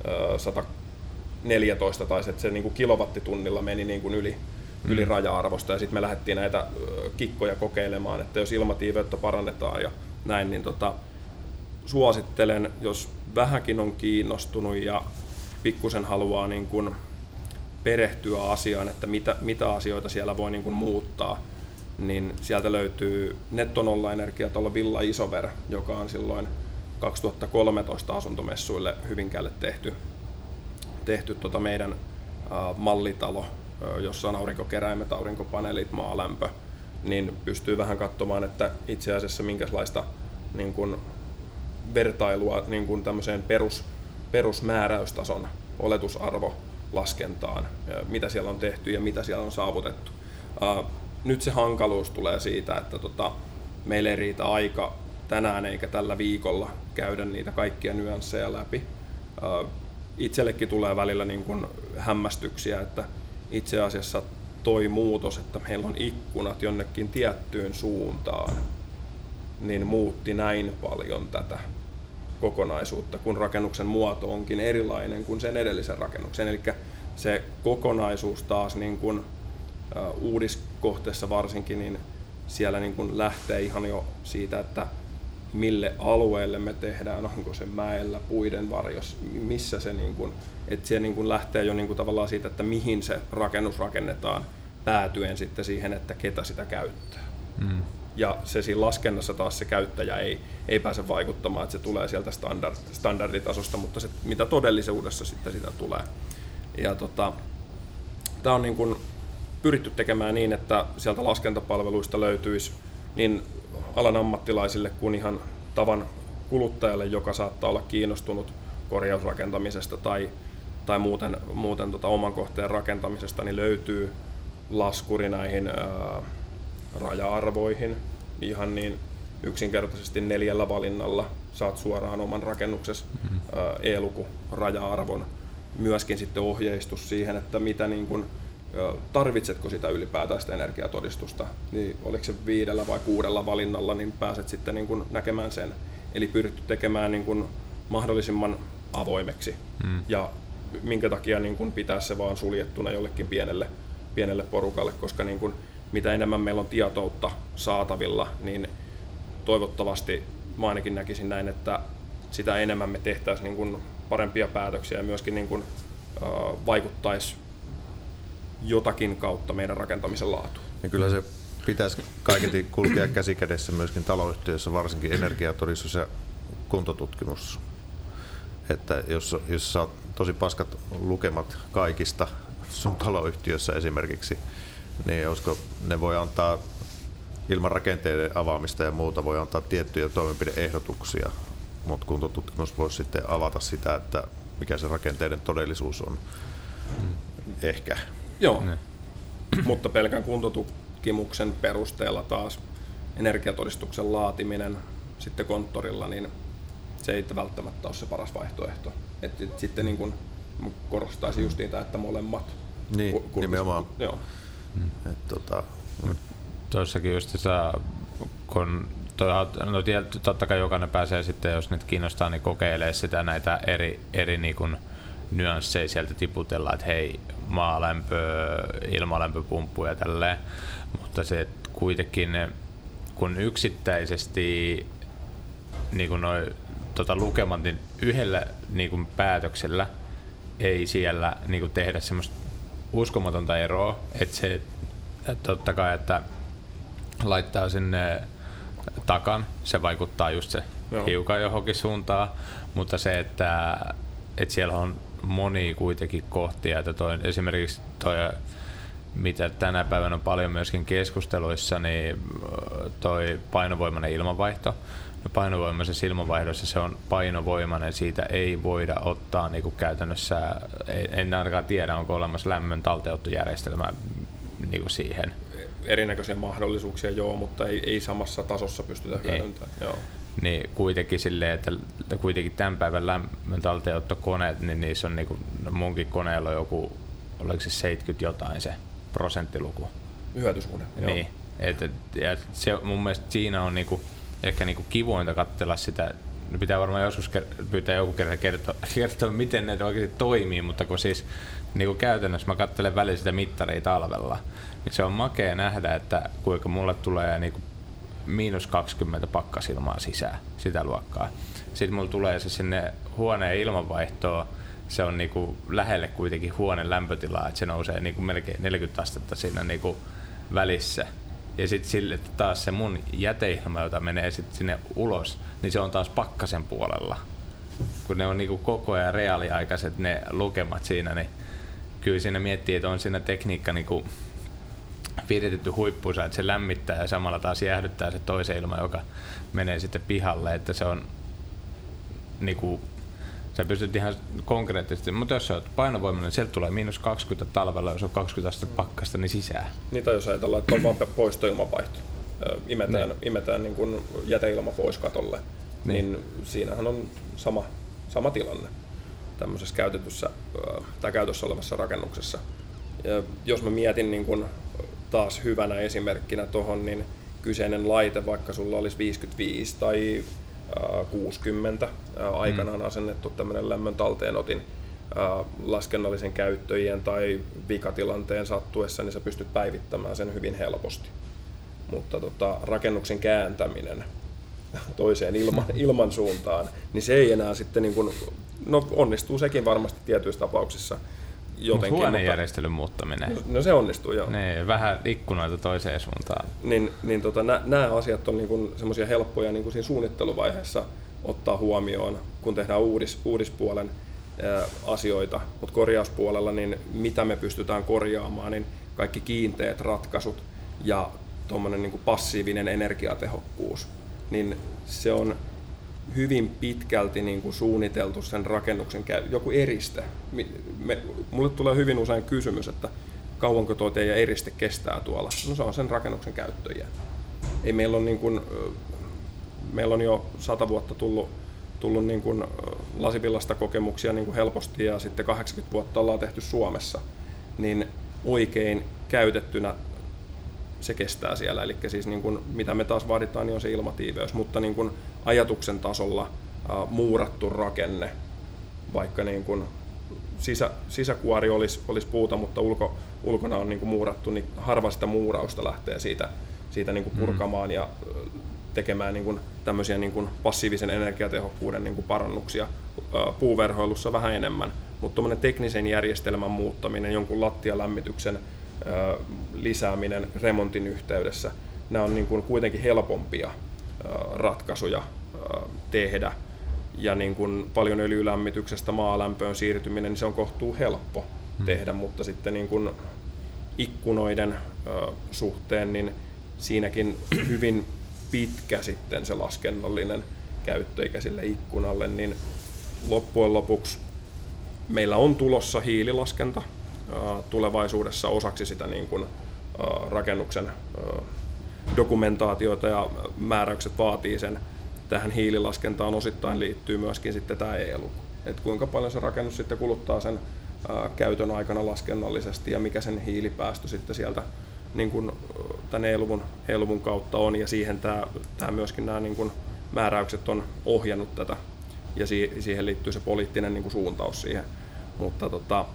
[SPEAKER 4] 114 taisi, että se niin kuin kilowattitunnilla meni niin kuin yli raja-arvosta. Ja sitten me lähdettiin näitä kikkoja kokeilemaan, että jos ilmatiiveyttä parannetaan ja näin, niin suosittelen, jos vähänkin on kiinnostunut ja pikkusen haluaa niin kuin perehtyä asiaan, että mitä asioita siellä voi niin kuin muuttaa, niin sieltä löytyy nettonollaenergiatalo Villa Isover, joka on silloin 2013 asuntomessuille Hyvinkäälle tehty meidän mallitalo, jossa on aurinkokeräimet, aurinkopaneelit, maalämpö, niin pystyy vähän katsomaan, että itse asiassa minkälaista niin kuin vertailua niin kuin tämmöiseen perusmääräystason oletusarvo laskentaan, mitä siellä on tehty ja mitä siellä on saavutettu. Nyt se hankaluus tulee siitä, että meillä ei riitä aika tänään eikä tällä viikolla käydä niitä kaikkia nyansseja läpi. Itsellekin tulee välillä niin kuin hämmästyksiä, että itse asiassa toi muutos, että meillä on ikkunat jonnekin tiettyyn suuntaan, niin muutti näin paljon tätä kokonaisuutta, kun rakennuksen muoto onkin erilainen kuin sen edellisen rakennuksen. Eli se kokonaisuus taas niin kuin uudiskohteessa varsinkin, niin siellä niin kuin lähtee ihan jo siitä, että mille alueelle me tehdään, onko se mäellä, puiden varjossa, missä se, niin kuin, että se niin kuin lähtee jo niin kuin tavallaan siitä, että mihin se rakennus rakennetaan, päätyen sitten siihen, että ketä sitä käyttää. Ja se siinä laskennassa taas se käyttäjä ei pääse vaikuttamaan, että se tulee sieltä standarditasosta, mutta se, mitä todellisuudessa sitten sitä tulee. Ja tämä on niin kuin pyritty tekemään niin, että sieltä laskentapalveluista löytyisi niin alan ammattilaisille kuin ihan tavan kuluttajalle, joka saattaa olla kiinnostunut korjausrakentamisesta tai muuten oman kohteen rakentamisesta, niin löytyy laskuri näihin raja-arvoihin. Ihan niin yksinkertaisesti 4 valinnalla saat suoraan oman rakennuksesi e-luku raja-arvon. Myöskin sitten ohjeistus siihen, että mitä niin kuin, tarvitsetko sitä ylipäätään sitä energiatodistusta, niin oliko se 5 vai 6 valinnalla, niin pääset sitten niin kuin näkemään sen. Eli pyritty tekemään niin kuin mahdollisimman avoimeksi ja minkä takia niin kuin pitää se vaan suljettuna jollekin pienelle porukalle, koska niin kuin, mitä enemmän meillä on tietoutta saatavilla, niin toivottavasti mä ainakin näkisin näin, että sitä enemmän me tehtäisiin niin kuin parempia päätöksiä ja myöskin niin kuin, vaikuttaisi jotakin kautta meidän rakentamisen laatuun.
[SPEAKER 1] Ja kyllä se pitäisi kaiketi kulkea käsi kädessä myöskin taloyhtiöissä, varsinkin energiatodistus ja kuntotutkimus. Että jos saat tosi paskat lukemat kaikista sun taloyhtiössä esimerkiksi, niin olisiko ne voi antaa ilman rakenteiden avaamista ja muuta voi antaa tiettyjä toimenpide-ehdotuksia, mutta kuntotutkimus voisi sitten avata sitä, että mikä se rakenteiden todellisuus on. Ehkä.
[SPEAKER 4] Joo, mutta pelkän kuntotutkimuksen perusteella taas energiatodistuksen laatiminen sitten konttorilla, niin se ei välttämättä ole se paras vaihtoehto. Sitten niin kun korostaisin just niitä, että molemmat.
[SPEAKER 1] Niin, nimenomaan.
[SPEAKER 4] Joo.
[SPEAKER 2] Tuossakin just kun totta kai jokainen pääsee sitten, jos nyt kiinnostaa, niin kokeilee sitä näitä eri niin kuin nyansseja sieltä tiputellaan, että hei, maalämpö, ilmalämpöpumppu ja tälleen, mutta se kuitenkin, kun yksittäisesti niin kuin lukemat, niin yhdellä niin kuin päätöksellä ei siellä niin kuin tehdä semmoista uskomatonta eroa, että se totta kai, että laittaa sinne takan, se vaikuttaa just se hiukan johonkin suuntaan, mutta se, että siellä on monia kuitenkin kohtia, että esimerkiksi mitä tänä päivänä on paljon myöskin keskusteluissa, niin toi painovoimainen ilmanvaihto. No painovoimaisessa ilmanvaihdossa se on painovoimainen, siitä ei voida ottaa niin kuin käytännössä, en ainakaan tiedä, onko olemassa lämmön talteenottojärjestelmää niin kuin siihen.
[SPEAKER 4] Erinäköisiä mahdollisuuksia mutta ei samassa tasossa pystytä hyödyntämään. Joo.
[SPEAKER 2] Niin kuitenkin silleen, että kuitenkin tämän päivän lämmön talteenottokoneet, niin niissä on niin kuin, munkin koneella on joku, oliko se 70 jotain se prosenttiluku.
[SPEAKER 4] Hyötysuhde.
[SPEAKER 2] Niin, ja se, mun mielestä siinä on niinku, ehkä niinku kivointa katsella sitä, pitää varmaan joskus pyytää joku kerran kertoa, miten ne oikeasti toimii, mutta kun siis niinku käytännössä mä katselen välillä sitä mittaria talvella, niin se on makea nähdä, että kuinka mulle tulee niinku -20 pakkasilmaa sisään, sitä luokkaa. Sitten mulla tulee se sinne huoneen ilmanvaihtoon, se on niinku lähelle kuitenkin huoneen lämpötilaa, että se nousee niinku melkein 40 astetta siinä niinku välissä. Ja sitten sille, että taas se mun jäteilma, jota menee sit sinne ulos, niin se on taas pakkasen puolella. Kun ne on niinku koko ajan reaaliaikaiset ne lukemat siinä, niin kyllä siinä miettii, että on siinä tekniikka niinku viritetty huippuunsa, että se lämmittää ja samalla taas jäähdyttää se toisen ilman, joka menee sitten pihalle, että se on niinku, sä pystyt ihan konkreettisesti, mutta jos sä oot painovoimainen, niin sieltä tulee -20 talvella, jos on 20 astetta pakkasta, niin sisään.
[SPEAKER 4] Niitä jos ajatellaan, että on vaan poistoilmanvaihto, imetään niin kuin jäteilma pois katolle, niin siinähän on sama tilanne tämmöisessä käytetyssä tai käytössä olevassa rakennuksessa. Ja jos mä mietin niin kuin taas hyvänä esimerkkinä tuohon, niin kyseinen laite, vaikka sulla olisi 55 tai 60 aikanaan asennettu tämmöinen lämmön talteenotin laskennallisen käyttöjen tai vikatilanteen sattuessa, niin sä pystyt päivittämään sen hyvin helposti. Mutta rakennuksen kääntäminen toiseen ilman suuntaan, niin se ei enää sitten niin kuin, no onnistuu sekin varmasti tietyissä tapauksissa jotenkin.
[SPEAKER 2] Huonejärjestelyn muuttaminen.
[SPEAKER 4] No se onnistuu, joo.
[SPEAKER 2] Ne, vähän ikkunoita toiseen suuntaan.
[SPEAKER 4] Nämä asiat on niin semmoisia helppoja niin siinä suunnitteluvaiheessa ottaa huomioon, kun tehdään uudispuolen asioita, mutta korjauspuolella, niin mitä me pystytään korjaamaan, niin kaikki kiinteät ratkaisut ja tuommoinen niin kuin passiivinen energiatehokkuus, niin se on hyvin pitkälti niin kuin suunniteltu sen rakennuksen joku eriste. Mulle tulee hyvin usein kysymys, että kauanko tuo teidän eriste kestää tuolla? No se on sen rakennuksen käyttöiän. Ei meillä on niin kuin, meillä on jo 100 vuotta tullut niin kuin lasivillasta kokemuksia niin kuin helposti ja sitten 80 vuotta ollaan tehty Suomessa, niin oikein käytettynä se kestää siellä. Eli siis niin kuin, mitä me taas vaaditaan, niin on se ilmatiiveys, mutta niin kuin ajatuksen tasolla muurattu rakenne, vaikka niin kuin sisäkuori olisi puuta, mutta ulkona on niin kuin muurattu, niin harva sitä muurausta lähtee siitä niin kuin purkamaan ja tekemään niin kuin tämmöisiä niin kuin passiivisen energiatehokkuuden niin kuin parannuksia. Puuverhoilussa vähän enemmän, mutta tuommoinen teknisen järjestelmän muuttaminen, jonkun lattialämmityksen lisääminen remontin yhteydessä, nämä on niin kuin kuitenkin helpompia ratkaisuja tehdä. Ja niin kuin paljon öljylämmityksestä maalämpöön siirtyminen, niin se on kohtuu helppo tehdä, mutta sitten niin kuin ikkunoiden suhteen, niin siinäkin hyvin pitkä sitten se laskennallinen käyttöikä sille ikkunalle, niin loppujen lopuksi meillä on tulossa hiililaskenta tulevaisuudessa osaksi sitä niin kuin rakennuksen dokumentaatiota ja määräykset vaatii sen. Tähän hiililaskentaan osittain liittyy myöskin sitten tämä e-luku, että kuinka paljon se rakennus sitten kuluttaa sen käytön aikana laskennallisesti ja mikä sen hiilipäästö sitten sieltä niin kuin tämän e-luvun kautta on, ja siihen tämä myöskin nämä niin kuin määräykset on ohjannut tätä ja siihen liittyy se poliittinen niin kuin suuntaus siihen, mutta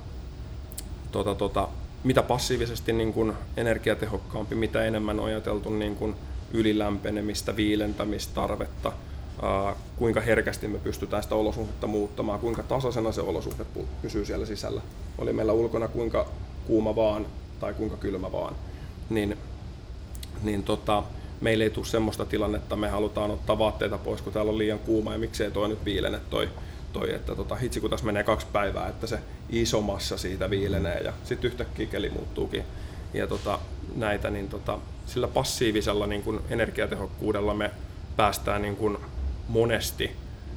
[SPEAKER 4] mitä passiivisesti niin kuin energiatehokkaampi, mitä enemmän on ajateltu niin kuin ylilämpenemistä, viilentämistarvetta, kuinka herkästi me pystytään sitä olosuhdetta muuttamaan, kuinka tasaisena se olosuhde pysyy siellä sisällä. Oli meillä ulkona kuinka kuuma vaan tai kuinka kylmä vaan, niin meillä ei tule semmoista tilannetta, me halutaan ottaa vaatteita pois, kun täällä on liian kuuma ja miksei toi nyt viilene että hitsi kun tässä menee 2 päivää, että se iso massa siitä viilenee ja sitten yhtäkkiä keli muuttuukin. Ja näitä, niin sillä passiivisella niin kuin energiatehokkuudella me päästään niin kuin monesti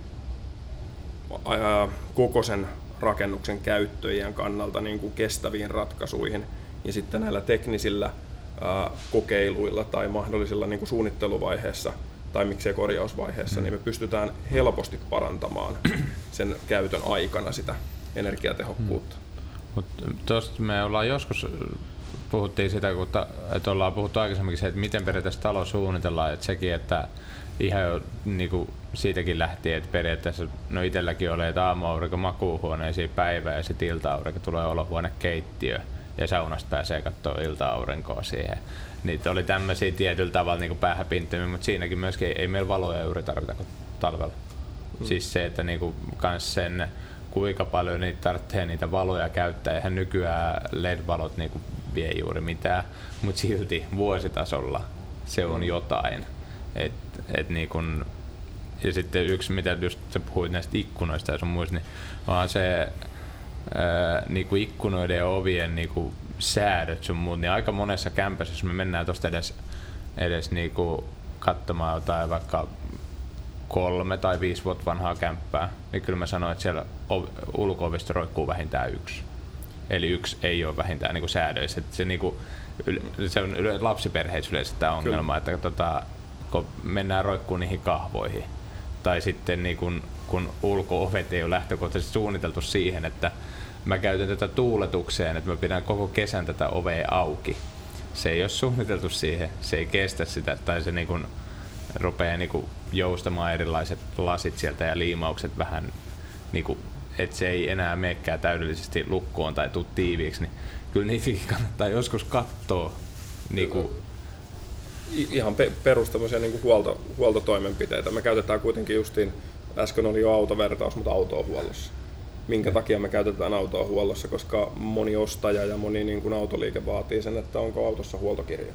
[SPEAKER 4] koko sen rakennuksen käyttöjen kannalta niin kuin kestäviin ratkaisuihin. Ja sitten näillä teknisillä kokeiluilla tai mahdollisilla niin kuin suunnitteluvaiheessa tai miksei korjausvaiheessa, niin me pystytään helposti parantamaan sen käytön aikana sitä energiatehokkuutta.
[SPEAKER 2] Mutta tuosta me ollaan joskus puhuttiin sitä, että ollaan puhuttu aikaisemminkin se, että miten periaatteessa talo suunnitellaan, että sekin, että ihan jo niin kuin siitäkin lähtien, että periaatteessa no itselläkin oli, että aamuaurinko makuuhuoneisiin päivää ja sitten ilta-aurinko tulee olohuone keittiö ja saunasta pääsee katsoa ilta-aurinkoa siihen. Niitä oli tämmöisiä tietyllä tavalla niin päähäpinttymia, mutta siinäkin myöskin ei meillä valoja juuri tarvita kuin talvella. Siis se, että niin kuin kans sen, kuinka paljon niitä tarvitsee niitä valoja käyttää, eihän nykyään LED-valot niin kuin vie juuri mitään, mutta silti vuositasolla se on jotain. Niin kun, ja sitten yksi, mitä just sä puhuit näistä ikkunoista ja sun muista, niin vaan se niin kuin ikkunoiden ja ovien niin kuin säädöt sun muut, niin aika monessa kämpässä, jos me mennään tuosta edes niin kuin katsomaan jotain vaikka 3 tai 5 vuotta vanhaa kämppää, niin kyllä mä sanoin, että siellä ulko-ovista roikkuu vähintään 1. Eli 1 ei ole vähintään niin kuin säädöissä. Se on lapsiperheissä yleensä tämä ongelma, kyllä, että kun mennään roikkuun niihin kahvoihin, tai sitten niin kun ulko-ovet ei ole lähtökohtaisesti suunniteltu siihen, että mä käytän tätä tuuletukseen, että mä pidän koko kesän tätä ovea auki. Se ei ole suunniteltu siihen, se ei kestä sitä, tai se niin kun rupeaa niin kun joustamaan erilaiset lasit sieltä ja liimaukset vähän, niin kun, että se ei enää menekään täydellisesti lukkoon tai tuu tiiviiksi, niin kyllä niitäkin kannattaa joskus katsoa. Niin kun
[SPEAKER 4] ihan perustavallisia niin huoltotoimenpiteitä. Me käytetään kuitenkin justiin, äsken oli jo autovertaus, mutta autoa huollossa. Minkä takia me käytetään autoa huollossa? Koska moni ostaja ja moni niin kuin autoliike vaatii sen, että onko autossa huoltokirja.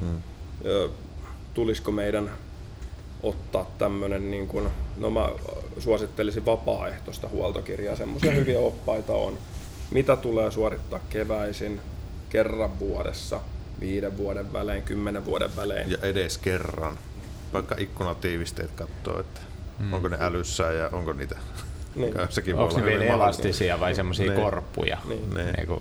[SPEAKER 4] Tulisiko meidän ottaa tämmöinen, niin kuin, no mä suosittelisin vapaaehtoista huoltokirjaa, semmoisia hyviä oppaita on. Mitä tulee suorittaa keväisin, kerran vuodessa, 5 vuoden välein, 10 vuoden välein.
[SPEAKER 1] Ja edes kerran. Vaikka ikkunatiivisteet katsoo, että onko ne älyssä ja onko niitä.
[SPEAKER 2] Niin. Onko ne vielä elastisia vai semmoisia korppuja? Niin.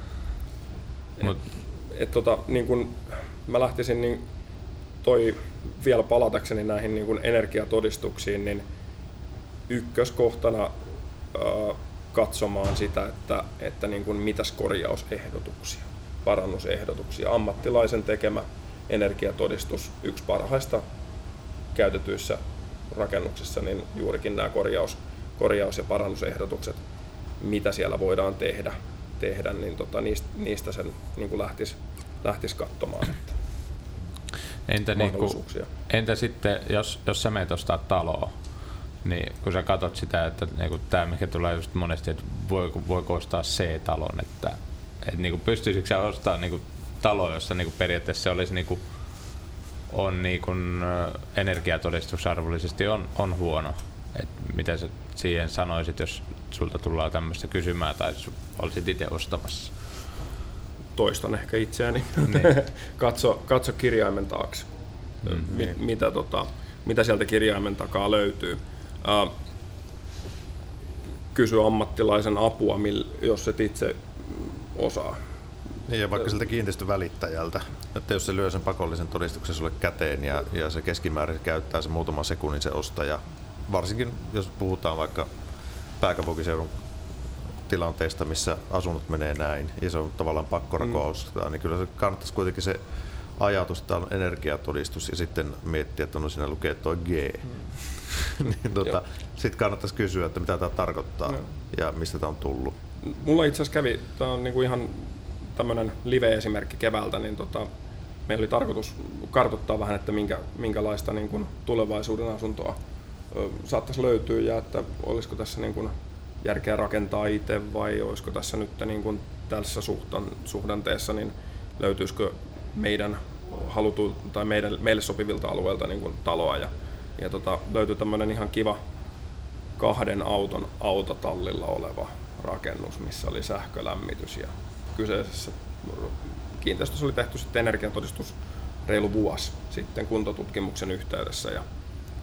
[SPEAKER 4] Niin kun mä lähtisin niin vielä palatakseni näihin niin kun energiatodistuksiin, niin ykköskohtana katsomaan sitä, että niin kun mitäs korjausehdotuksia, parannusehdotuksia. Ammattilaisen tekemä energiatodistus, yksi parhaista käytetyissä rakennuksissa, niin juurikin nämä korjaus- ja parannusehdotukset, mitä siellä voidaan tehdä niin niistä sen niin lähtisi katsomaan.
[SPEAKER 2] Entä sitten, jos sä menet ostaa taloa, niin kun sä katsot sitä, että niin tämä mikä tulee just monesti, että voiko ostaa C-talon, että niin pystyisikö sä ostaa niin talo, jossa niin periaatteessa se olisi on energiatodistusarvollisesti on huono. Et mitä sä siihen sanoisit, jos sulta tullaan tämmöistä kysymään tai olisit itse ostamassa?
[SPEAKER 4] Toistan ehkä itseäni. Niin. katso kirjaimen taakse. Mitä sieltä kirjaimen takaa löytyy. Kysy ammattilaisen apua, jos et itse osaa.
[SPEAKER 1] Niin, ja vaikka siltä kiinteistövälittäjältä, että jos se lyö sen pakollisen todistuksen sulle käteen ja se keskimäärin käyttää se muutaman sekunnin se ostaja, varsinkin jos puhutaan vaikka pääkaupunkiseudun tilanteesta, missä asunnot menee näin ja se on tavallaan pakkorako ostaa, niin kyllä se kannattaisi kuitenkin se ajatus, että on energiatodistus ja sitten miettiä, että siinä lukee tuo G. Niin, sitten kannattaisi kysyä, että mitä tämä tarkoittaa ja mistä tämä on tullut.
[SPEAKER 4] Mulla itse asiassa kävi, tämä on niinku ihan tämmöinen live-esimerkki keväältä, niin meillä oli tarkoitus kartoittaa vähän, että minkälaista niin kuin tulevaisuuden asuntoa saattaisi löytyä ja että olisiko tässä niin kuin järkeä rakentaa itse vai olisiko tässä nyt niin kuin tässä suhdanteessa, niin löytyisikö meidän tai meille sopivilta alueilta niin kuin taloa ja löytyi tämmöinen ihan kiva 2 auton autotallilla oleva rakennus, missä oli sähkölämmitys ja kyseisessä kiinteistössä oli tehty sitten energiatodistus reilu vuosi sitten kuntotutkimuksen yhteydessä ja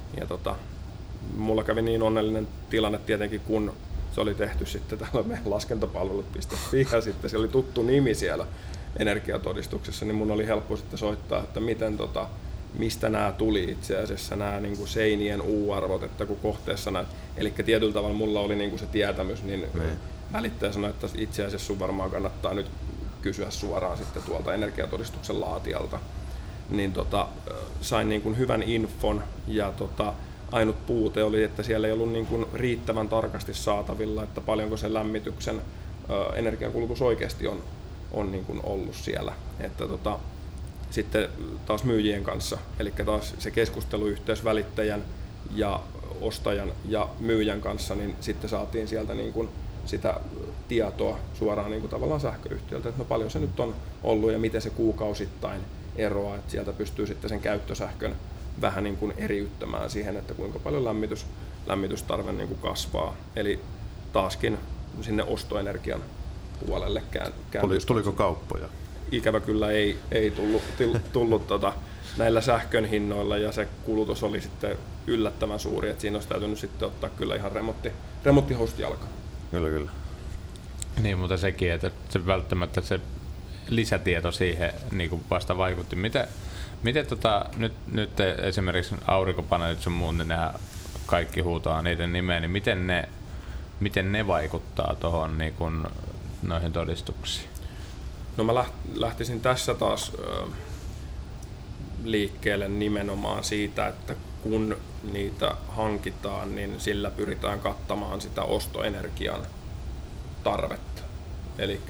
[SPEAKER 4] mulla kävi niin onnellinen tilanne tietenkin, kun se oli tehty sitten täällä meidän laskentapalvelut.fi ja sitten se oli tuttu nimi siellä energiatodistuksessa, niin mun oli helppo sitten soittaa, että mistä nämä tuli itse asiassa nämä niin kuin seinien U-arvot, että kun kohteessa näet, eli tietyllä tavalla mulla oli niin kuin se tietämys, niin välittäjä sanoi, että itse asiassa sun varmaan kannattaa nyt kysyä suoraan sitten tuolta energiatodistuksen laatijalta. Niin sain niin kuin hyvän infon ja ainut puute oli, että siellä ei ollut niin kuin riittävän tarkasti saatavilla, että paljonko sen lämmityksen energiankulutus oikeasti on niin kuin ollut siellä. Että sitten taas myyjien kanssa, eli taas se keskusteluyhteys välittäjän ja ostajan ja myyjän kanssa, niin sitten saatiin sieltä niin kuin sitä tietoa suoraan niin kuin tavallaan sähköyhtiöltä, että no paljon se nyt on ollut ja miten se kuukausittain eroaa, että sieltä pystyy sitten sen käyttösähkön vähän niin kuin eriyttämään siihen, että kuinka paljon lämmitystarve niin kuin kasvaa. Eli taaskin sinne ostoenergian puolelle kääntyi.
[SPEAKER 1] Tuliko kauppoja?
[SPEAKER 4] Ikävä kyllä ei tullut näillä sähkön hinnoilla ja se kulutus oli sitten yllättävän suuri, että siinä olisi täytynyt sitten ottaa kyllä ihan remonttihousut jalkaan.
[SPEAKER 1] Kyllä.
[SPEAKER 2] Niin, mutta sekin, että se välttämättä se lisätieto siihen niin kuin vasta vaikutti. Miten nyt esimerkiksi aurinkopaneelit sun muut, niin nehän kaikki huutaa niiden nimeä, niin miten ne vaikuttaa tuohon niin kuin noihin todistuksiin?
[SPEAKER 4] No mä lähtisin tässä taas liikkeelle nimenomaan siitä, että kun niitä hankitaan, niin sillä pyritään kattamaan sitä ostoenergian tarvetta. Eli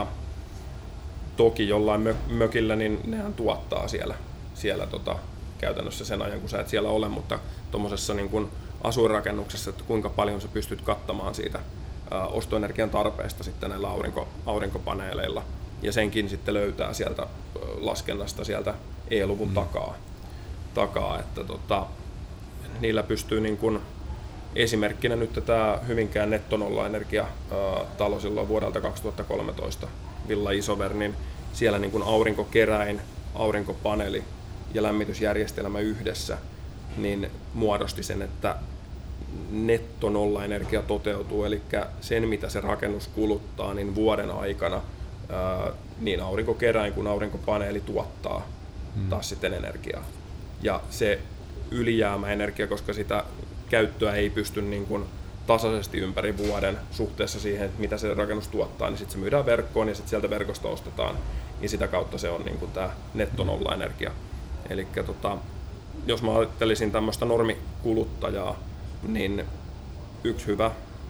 [SPEAKER 4] toki jollain mökillä, niin nehän tuottaa siellä käytännössä sen ajan, kun sä et siellä ole, mutta tuommoisessa niin kun asuinrakennuksessa, että kuinka paljon sä pystyt kattamaan siitä ostoenergian tarpeesta sitten näillä aurinkopaneeleilla. Ja senkin sitten löytää sieltä laskennasta sieltä E-luvun takaa, että niillä pystyy niin kun, esimerkkinä nyt tämä Hyvinkään nettonolla energiatalo silloin vuodelta 2013 Villa Isover, niin siellä niin kuin aurinkokeräin, aurinkopaneeli ja lämmitysjärjestelmä yhdessä niin muodosti sen, että netto nollaenergia toteutuu, eli sen mitä se rakennus kuluttaa, niin vuoden aikana niin aurinkokeräin kuin aurinkopaneeli tuottaa taas sitten energiaa. Ja se ylijäämäenergia, koska sitä käyttöä ei pysty niin kuin tasaisesti ympäri vuoden suhteessa siihen, mitä se rakennus tuottaa, niin sitten se myydään verkkoon ja sitten sieltä verkosta ostetaan, niin sitä kautta se on niin kuin tämä netto nollaenergia. Eli jos mä ajattelisin tämmöistä normikuluttajaa, niin yksi hyvä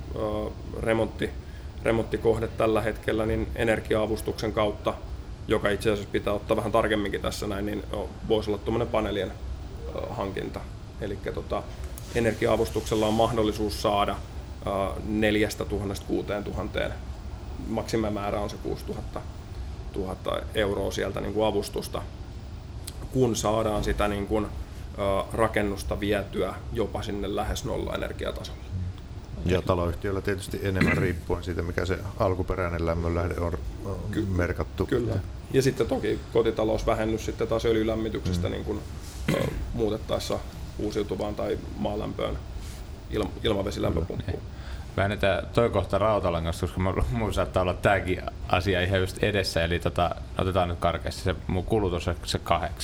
[SPEAKER 4] remonttikohde tällä hetkellä niin energia-avustuksen kautta, joka itse asiassa pitää ottaa vähän tarkemminkin tässä näin, niin voisi olla tuommoinen paneelien hankinta. Eli energia-avustuksella on mahdollisuus saada 4 000 6 000, maksimimäärä on se 6 000 euroa sieltä niin kuin avustusta, kun saadaan sitä niin kuin rakennusta vietyä jopa sinne lähes nollaenergiatasolle.
[SPEAKER 1] Ja taloyhtiöllä tietysti enemmän riippuen siitä, mikä se alkuperäinen lämmönlähde on merkattu.
[SPEAKER 4] Kyllä. Ja sitten toki kotitalousvähennys sitten taas öljylämmityksestä niin kuin, muutettaessa uusiutuvaan tai maalämpöön ilmavesilämpöpumppuun.
[SPEAKER 2] Väännetään toi kohta rautalangasta, koska mun saattaa olla tämäkin asia ihan just edessä. Eli otetaan nyt karkeasti, se mun kulutus on se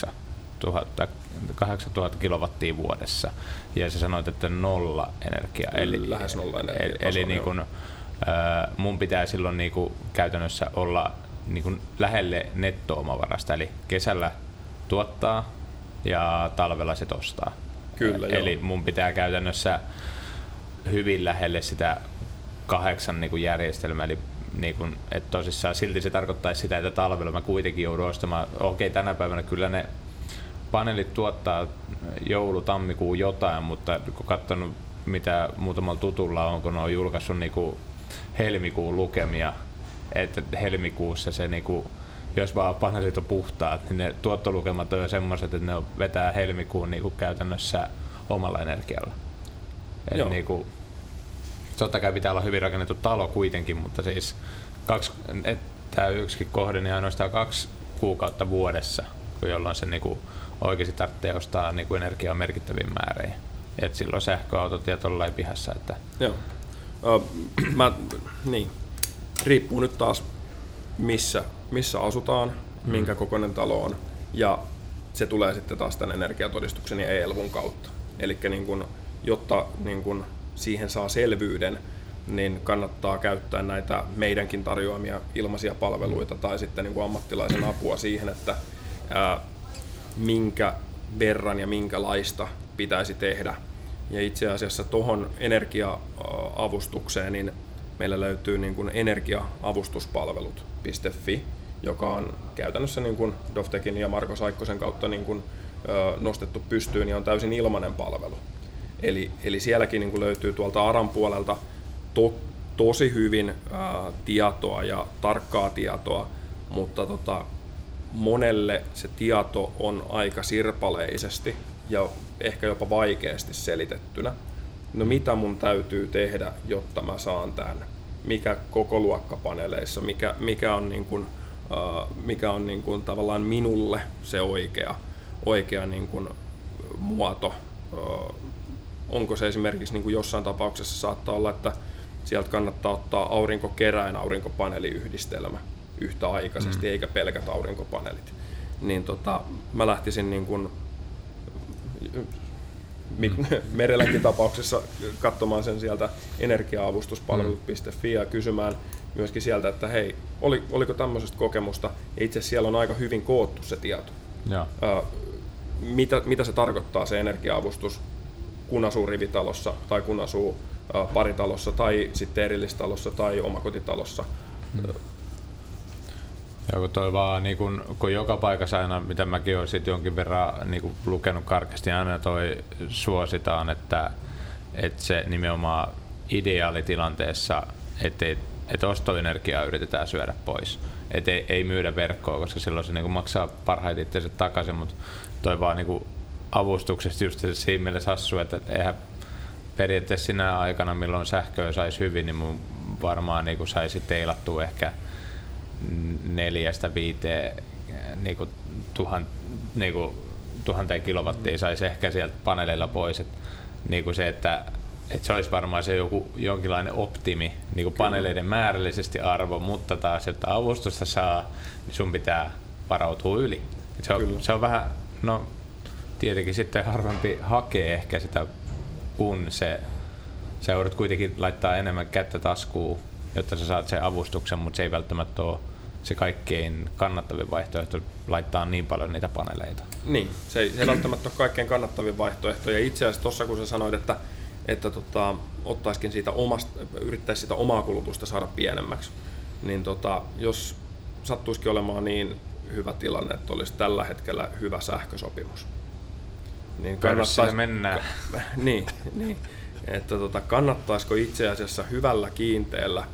[SPEAKER 2] 8000 kilowattia vuodessa. Ja sä sanoit, että nolla energiaa. Eli
[SPEAKER 4] lähes nolla energiaa.
[SPEAKER 2] Eli niin kun, mun pitää silloin niin kun käytännössä olla niin kun lähelle netto-omavarasta. Eli kesällä tuottaa ja talvella se ostaa.
[SPEAKER 4] Kyllä,
[SPEAKER 2] eli mun pitää käytännössä hyvin lähelle sitä 8 niin kuin järjestelmää, eli niin kuin, että tosissaan silti se tarkoittaisi sitä, että talvella mä kuitenkin joudun ostamaan. Okei, tänä päivänä kyllä ne paneelit tuottaa tammikuun jotain, mutta kun katsonut mitä muutamalla tutulla on, kun ne on julkaissut niin kuin helmikuun lukemia, että helmikuussa se niin kuin, jos vaan paneelit on puhtaat, niin ne tuottolukemat on jo semmoiset, että ne vetää helmikuun niin kuin käytännössä omalla energialla. Eli niin kuin, totta kai pitää olla hyvin rakennettu talo kuitenkin, mutta siis tämä yksikin kohde niin ainoastaan 2 kuukautta vuodessa, jolloin se niin kuin oikeasti tarvitsee ostaa niin kuin energiaa merkittävin määrin. Et silloin sähköautot ja tuolla ei pihassa. Että...
[SPEAKER 4] Joo. Niin. Riippuu nyt taas missä asutaan, minkä kokoinen talo on, ja se tulee sitten taas tämän energiatodistuksen ja ELVun kautta. Eli niin kun, jotta niin kun siihen saa selvyyden, niin kannattaa käyttää näitä meidänkin tarjoamia ilmaisia palveluita tai sitten niin kun ammattilaisen apua siihen, että minkä verran ja minkälaista pitäisi tehdä. Ja itse asiassa tuohon energia-avustukseen niin meillä löytyy niin kuin energiaavustuspalvelut.fi, joka on käytännössä niin kuin Dovtechin ja Marko Saikkosen kautta niin kuin nostettu pystyyn ja on täysin ilmainen palvelu. Eli sielläkin niin kuin löytyy tuolta ARAn puolelta tosi hyvin tietoa ja tarkkaa tietoa, mutta monelle se tieto on aika sirpaleisesti ja ehkä jopa vaikeasti selitettynä. No mitä mun täytyy tehdä, jotta mä saan tämän? Mikä koko luokkapaneeleissa, mikä on niin kuin tavallaan minulle se oikea niin kuin muoto? Onko se esimerkiksi niin kuin jossain tapauksessa saattaa olla, että sieltä kannattaa ottaa aurinkokeräin aurinkopaneeliyhdistelmä yhtäaikaisesti, eikä pelkät aurinkopaneelit. Niin mä lähtisin niin kuin Merelänkin tapauksessa katsomaan sen sieltä energiaavustuspalvelut.fi ja kysymään myöskin sieltä, että hei, oliko tämmöisestä kokemusta? Ja itse siellä on aika hyvin koottu se tieto.
[SPEAKER 2] Ja.
[SPEAKER 4] Mitä se tarkoittaa se energiaavustus, kun asuu rivitalossa tai kun asuu paritalossa tai sitten erillistalossa tai omakotitalossa.
[SPEAKER 2] Ja kun toi vaan, niin kun joka paikassa aina, mitä mäkin olen sit jonkin verran niin lukenut karkeasti, aina toi suositaan, että se nimenomaan ideaalitilanteessa, että ostoenergiaa yritetään syödä pois. Että ei myydä verkkoa, koska silloin se niin maksaa parhaiten itse takaisin, mutta toi vaan niin avustuksesta just siinä mielessä hassu, että eihän periaatteessa sinä aikana, milloin sähköä saisi hyvin, niin mun varmaan niin saisi teilattua ehkä niinku 1000 kilowattia saisi ehkä sieltä paneeleilla pois. Niinku se, että se olisi varmaan se jonkinlainen optimi niinku paneeleiden määrällisesti arvo, mutta taas, jotta avustusta saa, niin sun pitää varautua yli. Se on vähän, no tietenkin sitten harvempi hakee ehkä sitä, kun sä joudut kuitenkin laittaa enemmän kättä taskuun, jotta sä saat sen avustuksen, mutta se ei välttämättä ole se kaikkein kannattavin vaihtoehto laittaa niin paljon niitä paneeleita.
[SPEAKER 4] Niin, se ei välttämättä ole kaikkein kannattavin vaihtoehto. Ja itse asiassa tuossa kun sä sanoit, että ottaisikin siitä yrittäisi sitä omaa kulutusta saada pienemmäksi, niin jos sattuisikin olemaan niin hyvä tilanne, että olisi tällä hetkellä hyvä sähkösopimus, niin
[SPEAKER 2] kannattaisi mennään.
[SPEAKER 4] niin, että kannattaisiko itse asiassa hyvällä kiinteällä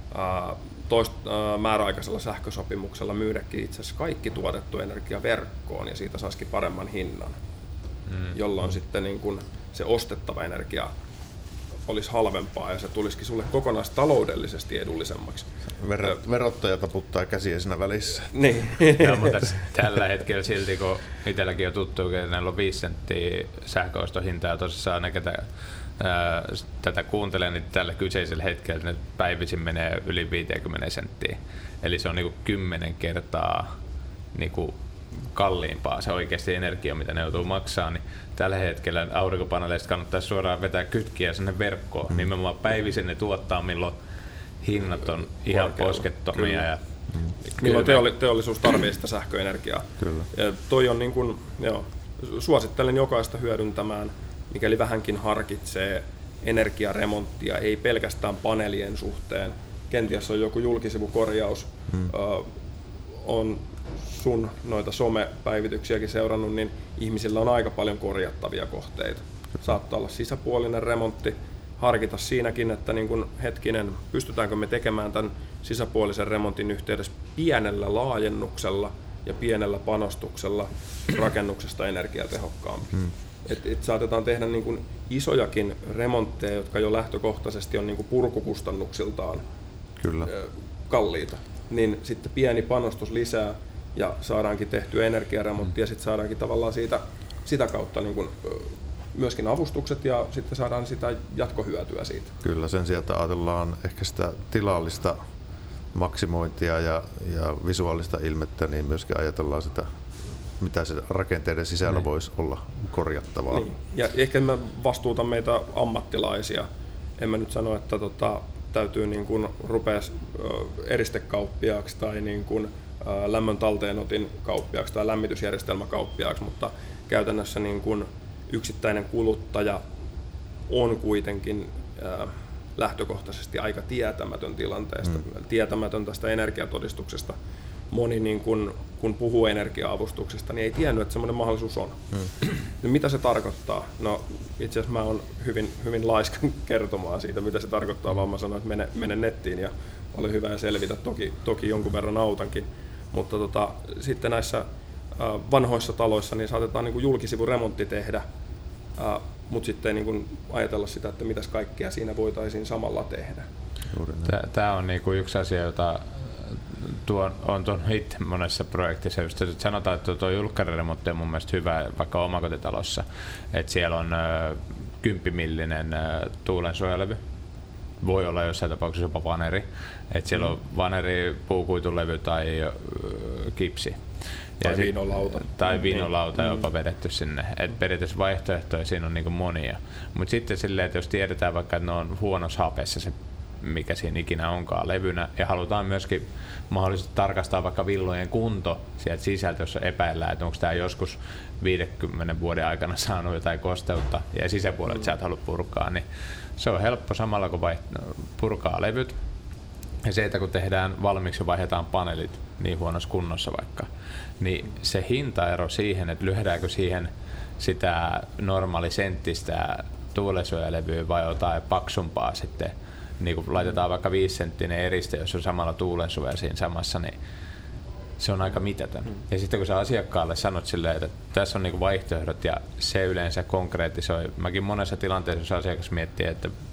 [SPEAKER 4] määräaikaisella sähkösopimuksella myydäkin itse asiassa kaikki tuotettu energia verkkoon ja siitä saisikin paremman hinnan, jolloin sitten niin kun se ostettava energia olisi halvempaa ja se tulisikin sulle kokonaistaloudellisesti edullisemmaksi.
[SPEAKER 1] Verottaja taputtaa käsiä siinä välissä.
[SPEAKER 4] Niin.
[SPEAKER 2] Ja, mutta tällä hetkellä silti, kun itselläkin on tuttu, että näillä on 5 senttiä sähköostohintaa, ja tosissaan ne, ketä tätä kuuntelee, niin tällä kyseisellä hetkellä ne päivisin menee yli 50 senttiä. Eli se on niinku 10 kertaa niinku kalliimpaa se oikeasti energia, mitä ne joutuu maksaa, niin tällä hetkellä aurinkopaneeleista kannattaa suoraan vetää kytkiä sinne verkkoon. Nimenomaan päivisin ne tuottaa, milloin hinnat on ihan poskettomia. Ja
[SPEAKER 4] milloin teollisuus tarvitsee sitä sähköenergiaa.
[SPEAKER 1] Kyllä.
[SPEAKER 4] Ja toi on niin kuin, suosittelen jokaista hyödyntämään, mikäli vähänkin harkitsee energiaremonttia, ei pelkästään paneelien suhteen. Kenties on joku julkisivukorjaus, on sun noita somepäivityksiäkin seurannut, niin ihmisillä on aika paljon korjattavia kohteita. Saattaa olla sisäpuolinen remontti, harkita siinäkin, että niin kun hetkinen, pystytäänkö me tekemään tämän sisäpuolisen remontin yhteydessä pienellä laajennuksella ja pienellä panostuksella rakennuksesta energiatehokkaampi. Et saatetaan tehdä niin kun isojakin remontteja, jotka jo lähtökohtaisesti on niin kun purkukustannuksiltaan kalliita, niin sitten pieni panostus lisää ja saadaankin tehtyä energiaremonttia ja sitten saadaankin tavallaan sitä kautta niin kun, myöskin avustukset ja sitten saadaan sitä jatkohyötyä siitä.
[SPEAKER 1] Kyllä, sen sijaan ajatellaan ehkä sitä tilallista maksimointia ja visuaalista ilmettä, niin myöskin ajatellaan sitä, mitä se rakenteiden sisällä voisi olla korjattavaa.
[SPEAKER 4] Niin. Ja ehkä mä vastuutan meitä ammattilaisia. En mä nyt sano, että täytyy niin kuin rupea eristekauppiaaksi tai niin kuin lämmön talteenotin kauppiaaksi tai lämmitysjärjestelmäkauppiaaksi, mutta käytännössä niin kuin yksittäinen kuluttaja on kuitenkin lähtökohtaisesti aika tietämätön tilanteesta, tietämätön tästä energiatodistuksesta. Moni niin kun puhuu energia-avustuksesta, niin ei tiennyt, että semmoinen mahdollisuus on. Mitä se tarkoittaa? No itse asiassa mä oon hyvin laiskan kertomaan siitä, mitä se tarkoittaa, vaan mä sanoin, että mene nettiin ja ole hyvä ja selvitä. Toki jonkun verran autankin, mutta sitten näissä vanhoissa taloissa niin saatetaan niin kuin julkisivuremontti tehdä, mutta sitten niin kuin ajatella sitä, että mitäs kaikkea siinä samalla tehdä.
[SPEAKER 2] Tämä on niin kuin yksi asia, jota on tuonut itse monessa projektissa. Just, että sanotaan, että tuo julkkariremontti on mun mielestä hyvä vaikka omakotitalossa. Että siellä on 10-millinen tuulensuojalevy. Voi olla jossain tapauksessa jopa vaneri. Että siellä on vaneri, puukuitulevy tai kipsi. Tai viinolauta jopa vedetty sinne. Et periaatteessa vaihtoehtoja siinä on niinku monia. Mutta sitten silleen, että jos tiedetään vaikka, että ne on huonossa hapessa se mikä siinä ikinä onkaan levynä, ja halutaan myöskin mahdollisesti tarkastaa vaikka villojen kunto sieltä sisältä, jos epäillään, että onko tämä joskus 50 vuoden aikana saanut jotain kosteutta ja sisäpuolelta sä et halua purkaa, niin se on helppo samalla kun purkaa levyt. Ja se, että kun tehdään valmiiksi ja vaihdetaan paneelit niin huonossa kunnossa vaikka, niin se hintaero siihen, että lyhdääkö siihen sitä normaalisenttistä tuulensuojalevyä vai jotain paksumpaa sitten, niin kun laitetaan vaikka 5-senttinen eriste, jos on samalla tuulensuoja siinä samassa, niin se on aika mitätön. Ja sitten kun sä asiakkaalle sanot silleen, että tässä on niinku vaihtoehdot ja se yleensä konkreettisoi. Mäkin monessa tilanteessa, jos asiakas miettii, että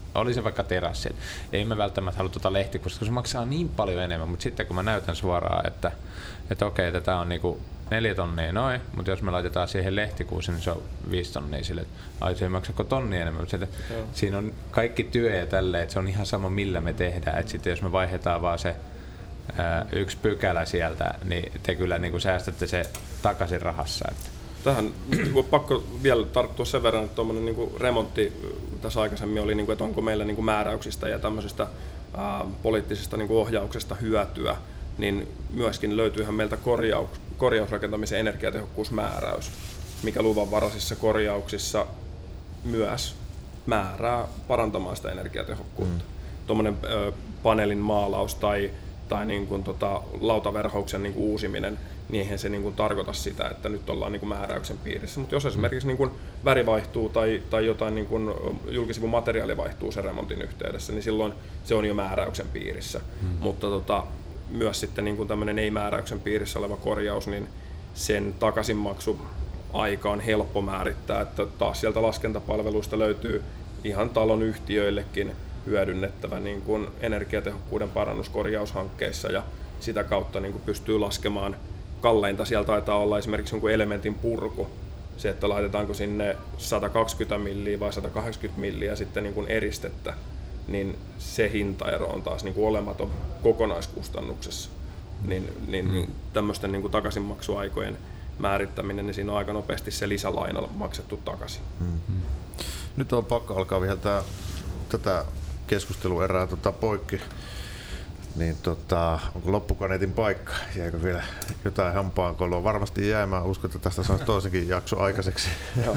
[SPEAKER 2] oli se vaikka terassi, ei me välttämättä halua tuota lehtikuusta, koska se maksaa niin paljon enemmän, mutta sitten kun mä näytän suoraan, että okei, että tää on niinku 4 tonnia noin, mutta jos me laitetaan siihen lehtikuusi, niin se on 5 tonnia sille, että se ei maksako tonni enemmän, mutta siinä on kaikki työ ja tälleen, että se on ihan sama millä me tehdään, että sitten jos me vaihdetaan vaan se yksi pykälä sieltä, niin te kyllä niin kuin säästätte se takaisin rahassa. Että.
[SPEAKER 4] Tähän pakko vielä tarttua sen verran, että tuommoinen niin remontti tässä aikaisemmin oli, niin kuin, että onko meillä niin kuin määräyksistä ja tämmöisestä poliittisesta niin kuin ohjauksesta hyötyä, niin myöskin löytyyhän meiltä korjausrakentamisen energiatehokkuusmääräys, mikä luvanvaraisissa korjauksissa myös määrää parantamaan sitä energiatehokkuutta. Tuommoinen paneelin maalaus tai niin kuin lautaverhouksen niin kuin uusiminen, niin eihän se niin kuin tarkoita sitä, että nyt ollaan niin kuin määräyksen piirissä. Mutta jos esimerkiksi niin kuin väri vaihtuu tai jotain niin kuin julkisivun materiaali vaihtuu sen remontin yhteydessä, niin silloin se on jo määräyksen piirissä. Mutta myös sitten niin kuin tämmöinen ei-määräyksen piirissä oleva korjaus, niin sen takaisinmaksuaika on helppo määrittää, että taas sieltä laskentapalveluista löytyy ihan talon yhtiöillekin hyödynnettävä niin kuin energiatehokkuuden parannuskorjaushankkeissa ja sitä kautta niin kuin pystyy laskemaan kalleinta. Siellä taitaa olla esimerkiksi jonkun elementin purku, se, että laitetaanko sinne 120 milliä vai 180 milliä sitten niin kuin eristettä, niin se hintaero on taas niin kuin olematon kokonaiskustannuksessa. Niin tämmöisten niin kuin takaisinmaksuaikojen määrittäminen, niin siinä on aika nopeasti se lisälaina maksettu takaisin.
[SPEAKER 1] Nyt on pakko alkaa vielä tätä keskusteluerää poikki. Niin onko loppukaneetin paikka? Jäikö vielä jotain hampaankoloa? Varmasti jää. Mä uskon, että tästä saisi toisenkin jakso aikaiseksi.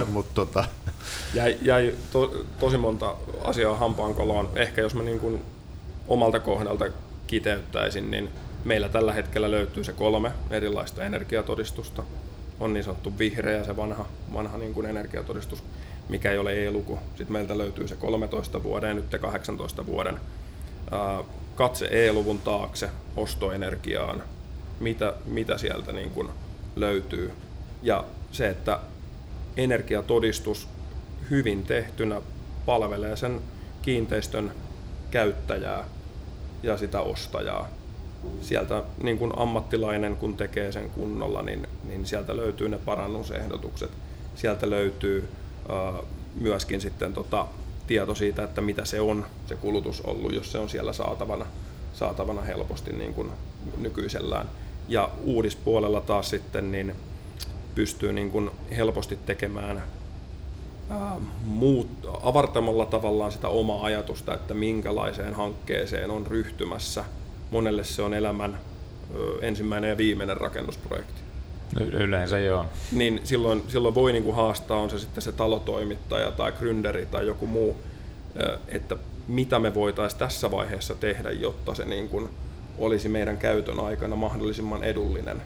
[SPEAKER 4] Jäi tosi monta asiaa hampaankoloon. Ehkä jos mä niin kuin omalta kohdalta kiteyttäisin, niin meillä tällä hetkellä löytyy se 3 erilaista energiatodistusta. On niin sanottu vihreä, se vanha niin kuin energiatodistus, mikä ei ole e-luku. Sitten meiltä löytyy se 13 vuoden ja nyt 18 vuoden katse e-luvun taakse ostoenergiaan, mitä sieltä niin kuin löytyy. Ja se, että energiatodistus hyvin tehtynä palvelee sen kiinteistön käyttäjää ja sitä ostajaa. Sieltä niin kuin ammattilainen, kun tekee sen kunnolla, niin sieltä löytyy ne parannusehdotukset. Sieltä löytyy myöskin sitten tieto siitä, että mitä se on se kulutus ollut, jos se on siellä saatavana helposti niin kuin nykyisellään. Ja uudispuolella taas sitten niin pystyy niin kuin helposti tekemään avartamalla tavallaan sitä omaa ajatusta, että minkälaiseen hankkeeseen on ryhtymässä. Monelle se on elämän ensimmäinen ja viimeinen rakennusprojekti.
[SPEAKER 2] Yleensä joo.
[SPEAKER 4] Niin silloin voi niinku haastaa, on se sitten se talotoimittaja tai gründeri tai joku muu, että mitä me voitaisiin tässä vaiheessa tehdä, jotta se niinku olisi meidän käytön aikana mahdollisimman edullinen.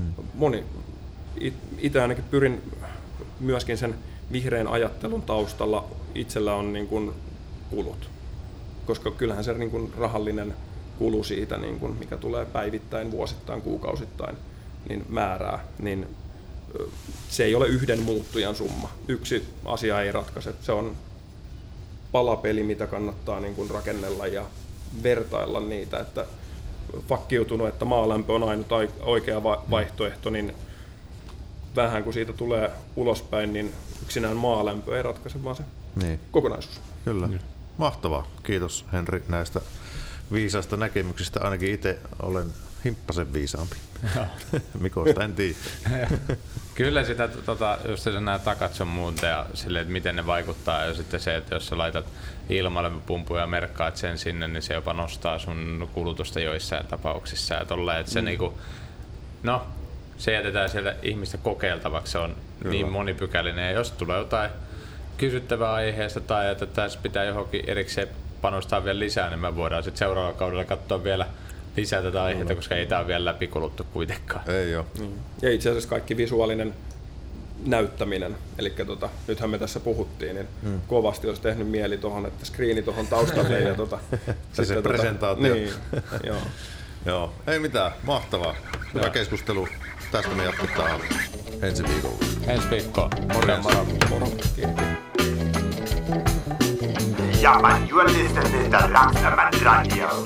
[SPEAKER 4] Itse ainakin pyrin myöskin sen vihreän ajattelun taustalla itsellä on niinku kulut, koska kyllähän se niinku rahallinen kulu siitä, niinku, mikä tulee päivittäin, vuosittain, kuukausittain, niin määrää, niin se ei ole yhden muuttujan summa. Yksi asia ei ratkaise. Se on palapeli, mitä kannattaa niin kuin rakennella ja vertailla niitä, että vakkiutunut, että maalämpö on ainut oikea vaihtoehto, niin vähän kun siitä tulee ulospäin, niin yksinään maalämpö ei ratkaise, vaan se kokonaisuus.
[SPEAKER 1] Kyllä. Mahtavaa. Kiitos Henri näistä viisaista näkemyksistä. Ainakin itse olen himppasen viisaampi. Mikosta en tiedä.
[SPEAKER 2] Kyllä sitä, just nämä takatson muut ja silleen, että miten ne vaikuttaa. Ja sitten se, että jos sä laitat ilmalämpöpumpuja ja merkkaat sen sinne, niin se jopa nostaa sun kulutusta joissain tapauksissa. Ja tolleen, että se niinku, no, se jätetään sieltä ihmistä kokeiltavaksi. Se on niin monipykälinen. Ja jos tulee jotain kysyttävää aiheesta tai että tässä pitää johonkin erikseen panostaa vielä lisää, niin me voidaan sitten seuraavalla kaudella katsoa vielä lisää tätä aihetta, koska ei tämä ole vielä läpikuluttu kuitenkaan.
[SPEAKER 1] Ei ole.
[SPEAKER 4] Ja itse asiassa kaikki visuaalinen näyttäminen, eli nythän me tässä puhuttiin, niin kovasti olisi tehnyt mieli tuohon, että screeni tuohon taustalle ja
[SPEAKER 1] se presentaatio.
[SPEAKER 4] Niin,
[SPEAKER 1] joo. Ei mitään, mahtavaa. Hyvä keskustelu. Tästä me jatketaan ensi viikolla.
[SPEAKER 2] Ensi viikkoa.
[SPEAKER 4] Moro.
[SPEAKER 3] Ja, man, you are listening to Raksaman Radio.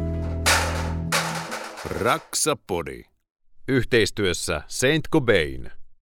[SPEAKER 1] Raksapodi. Yhteistyössä Saint-Gobain.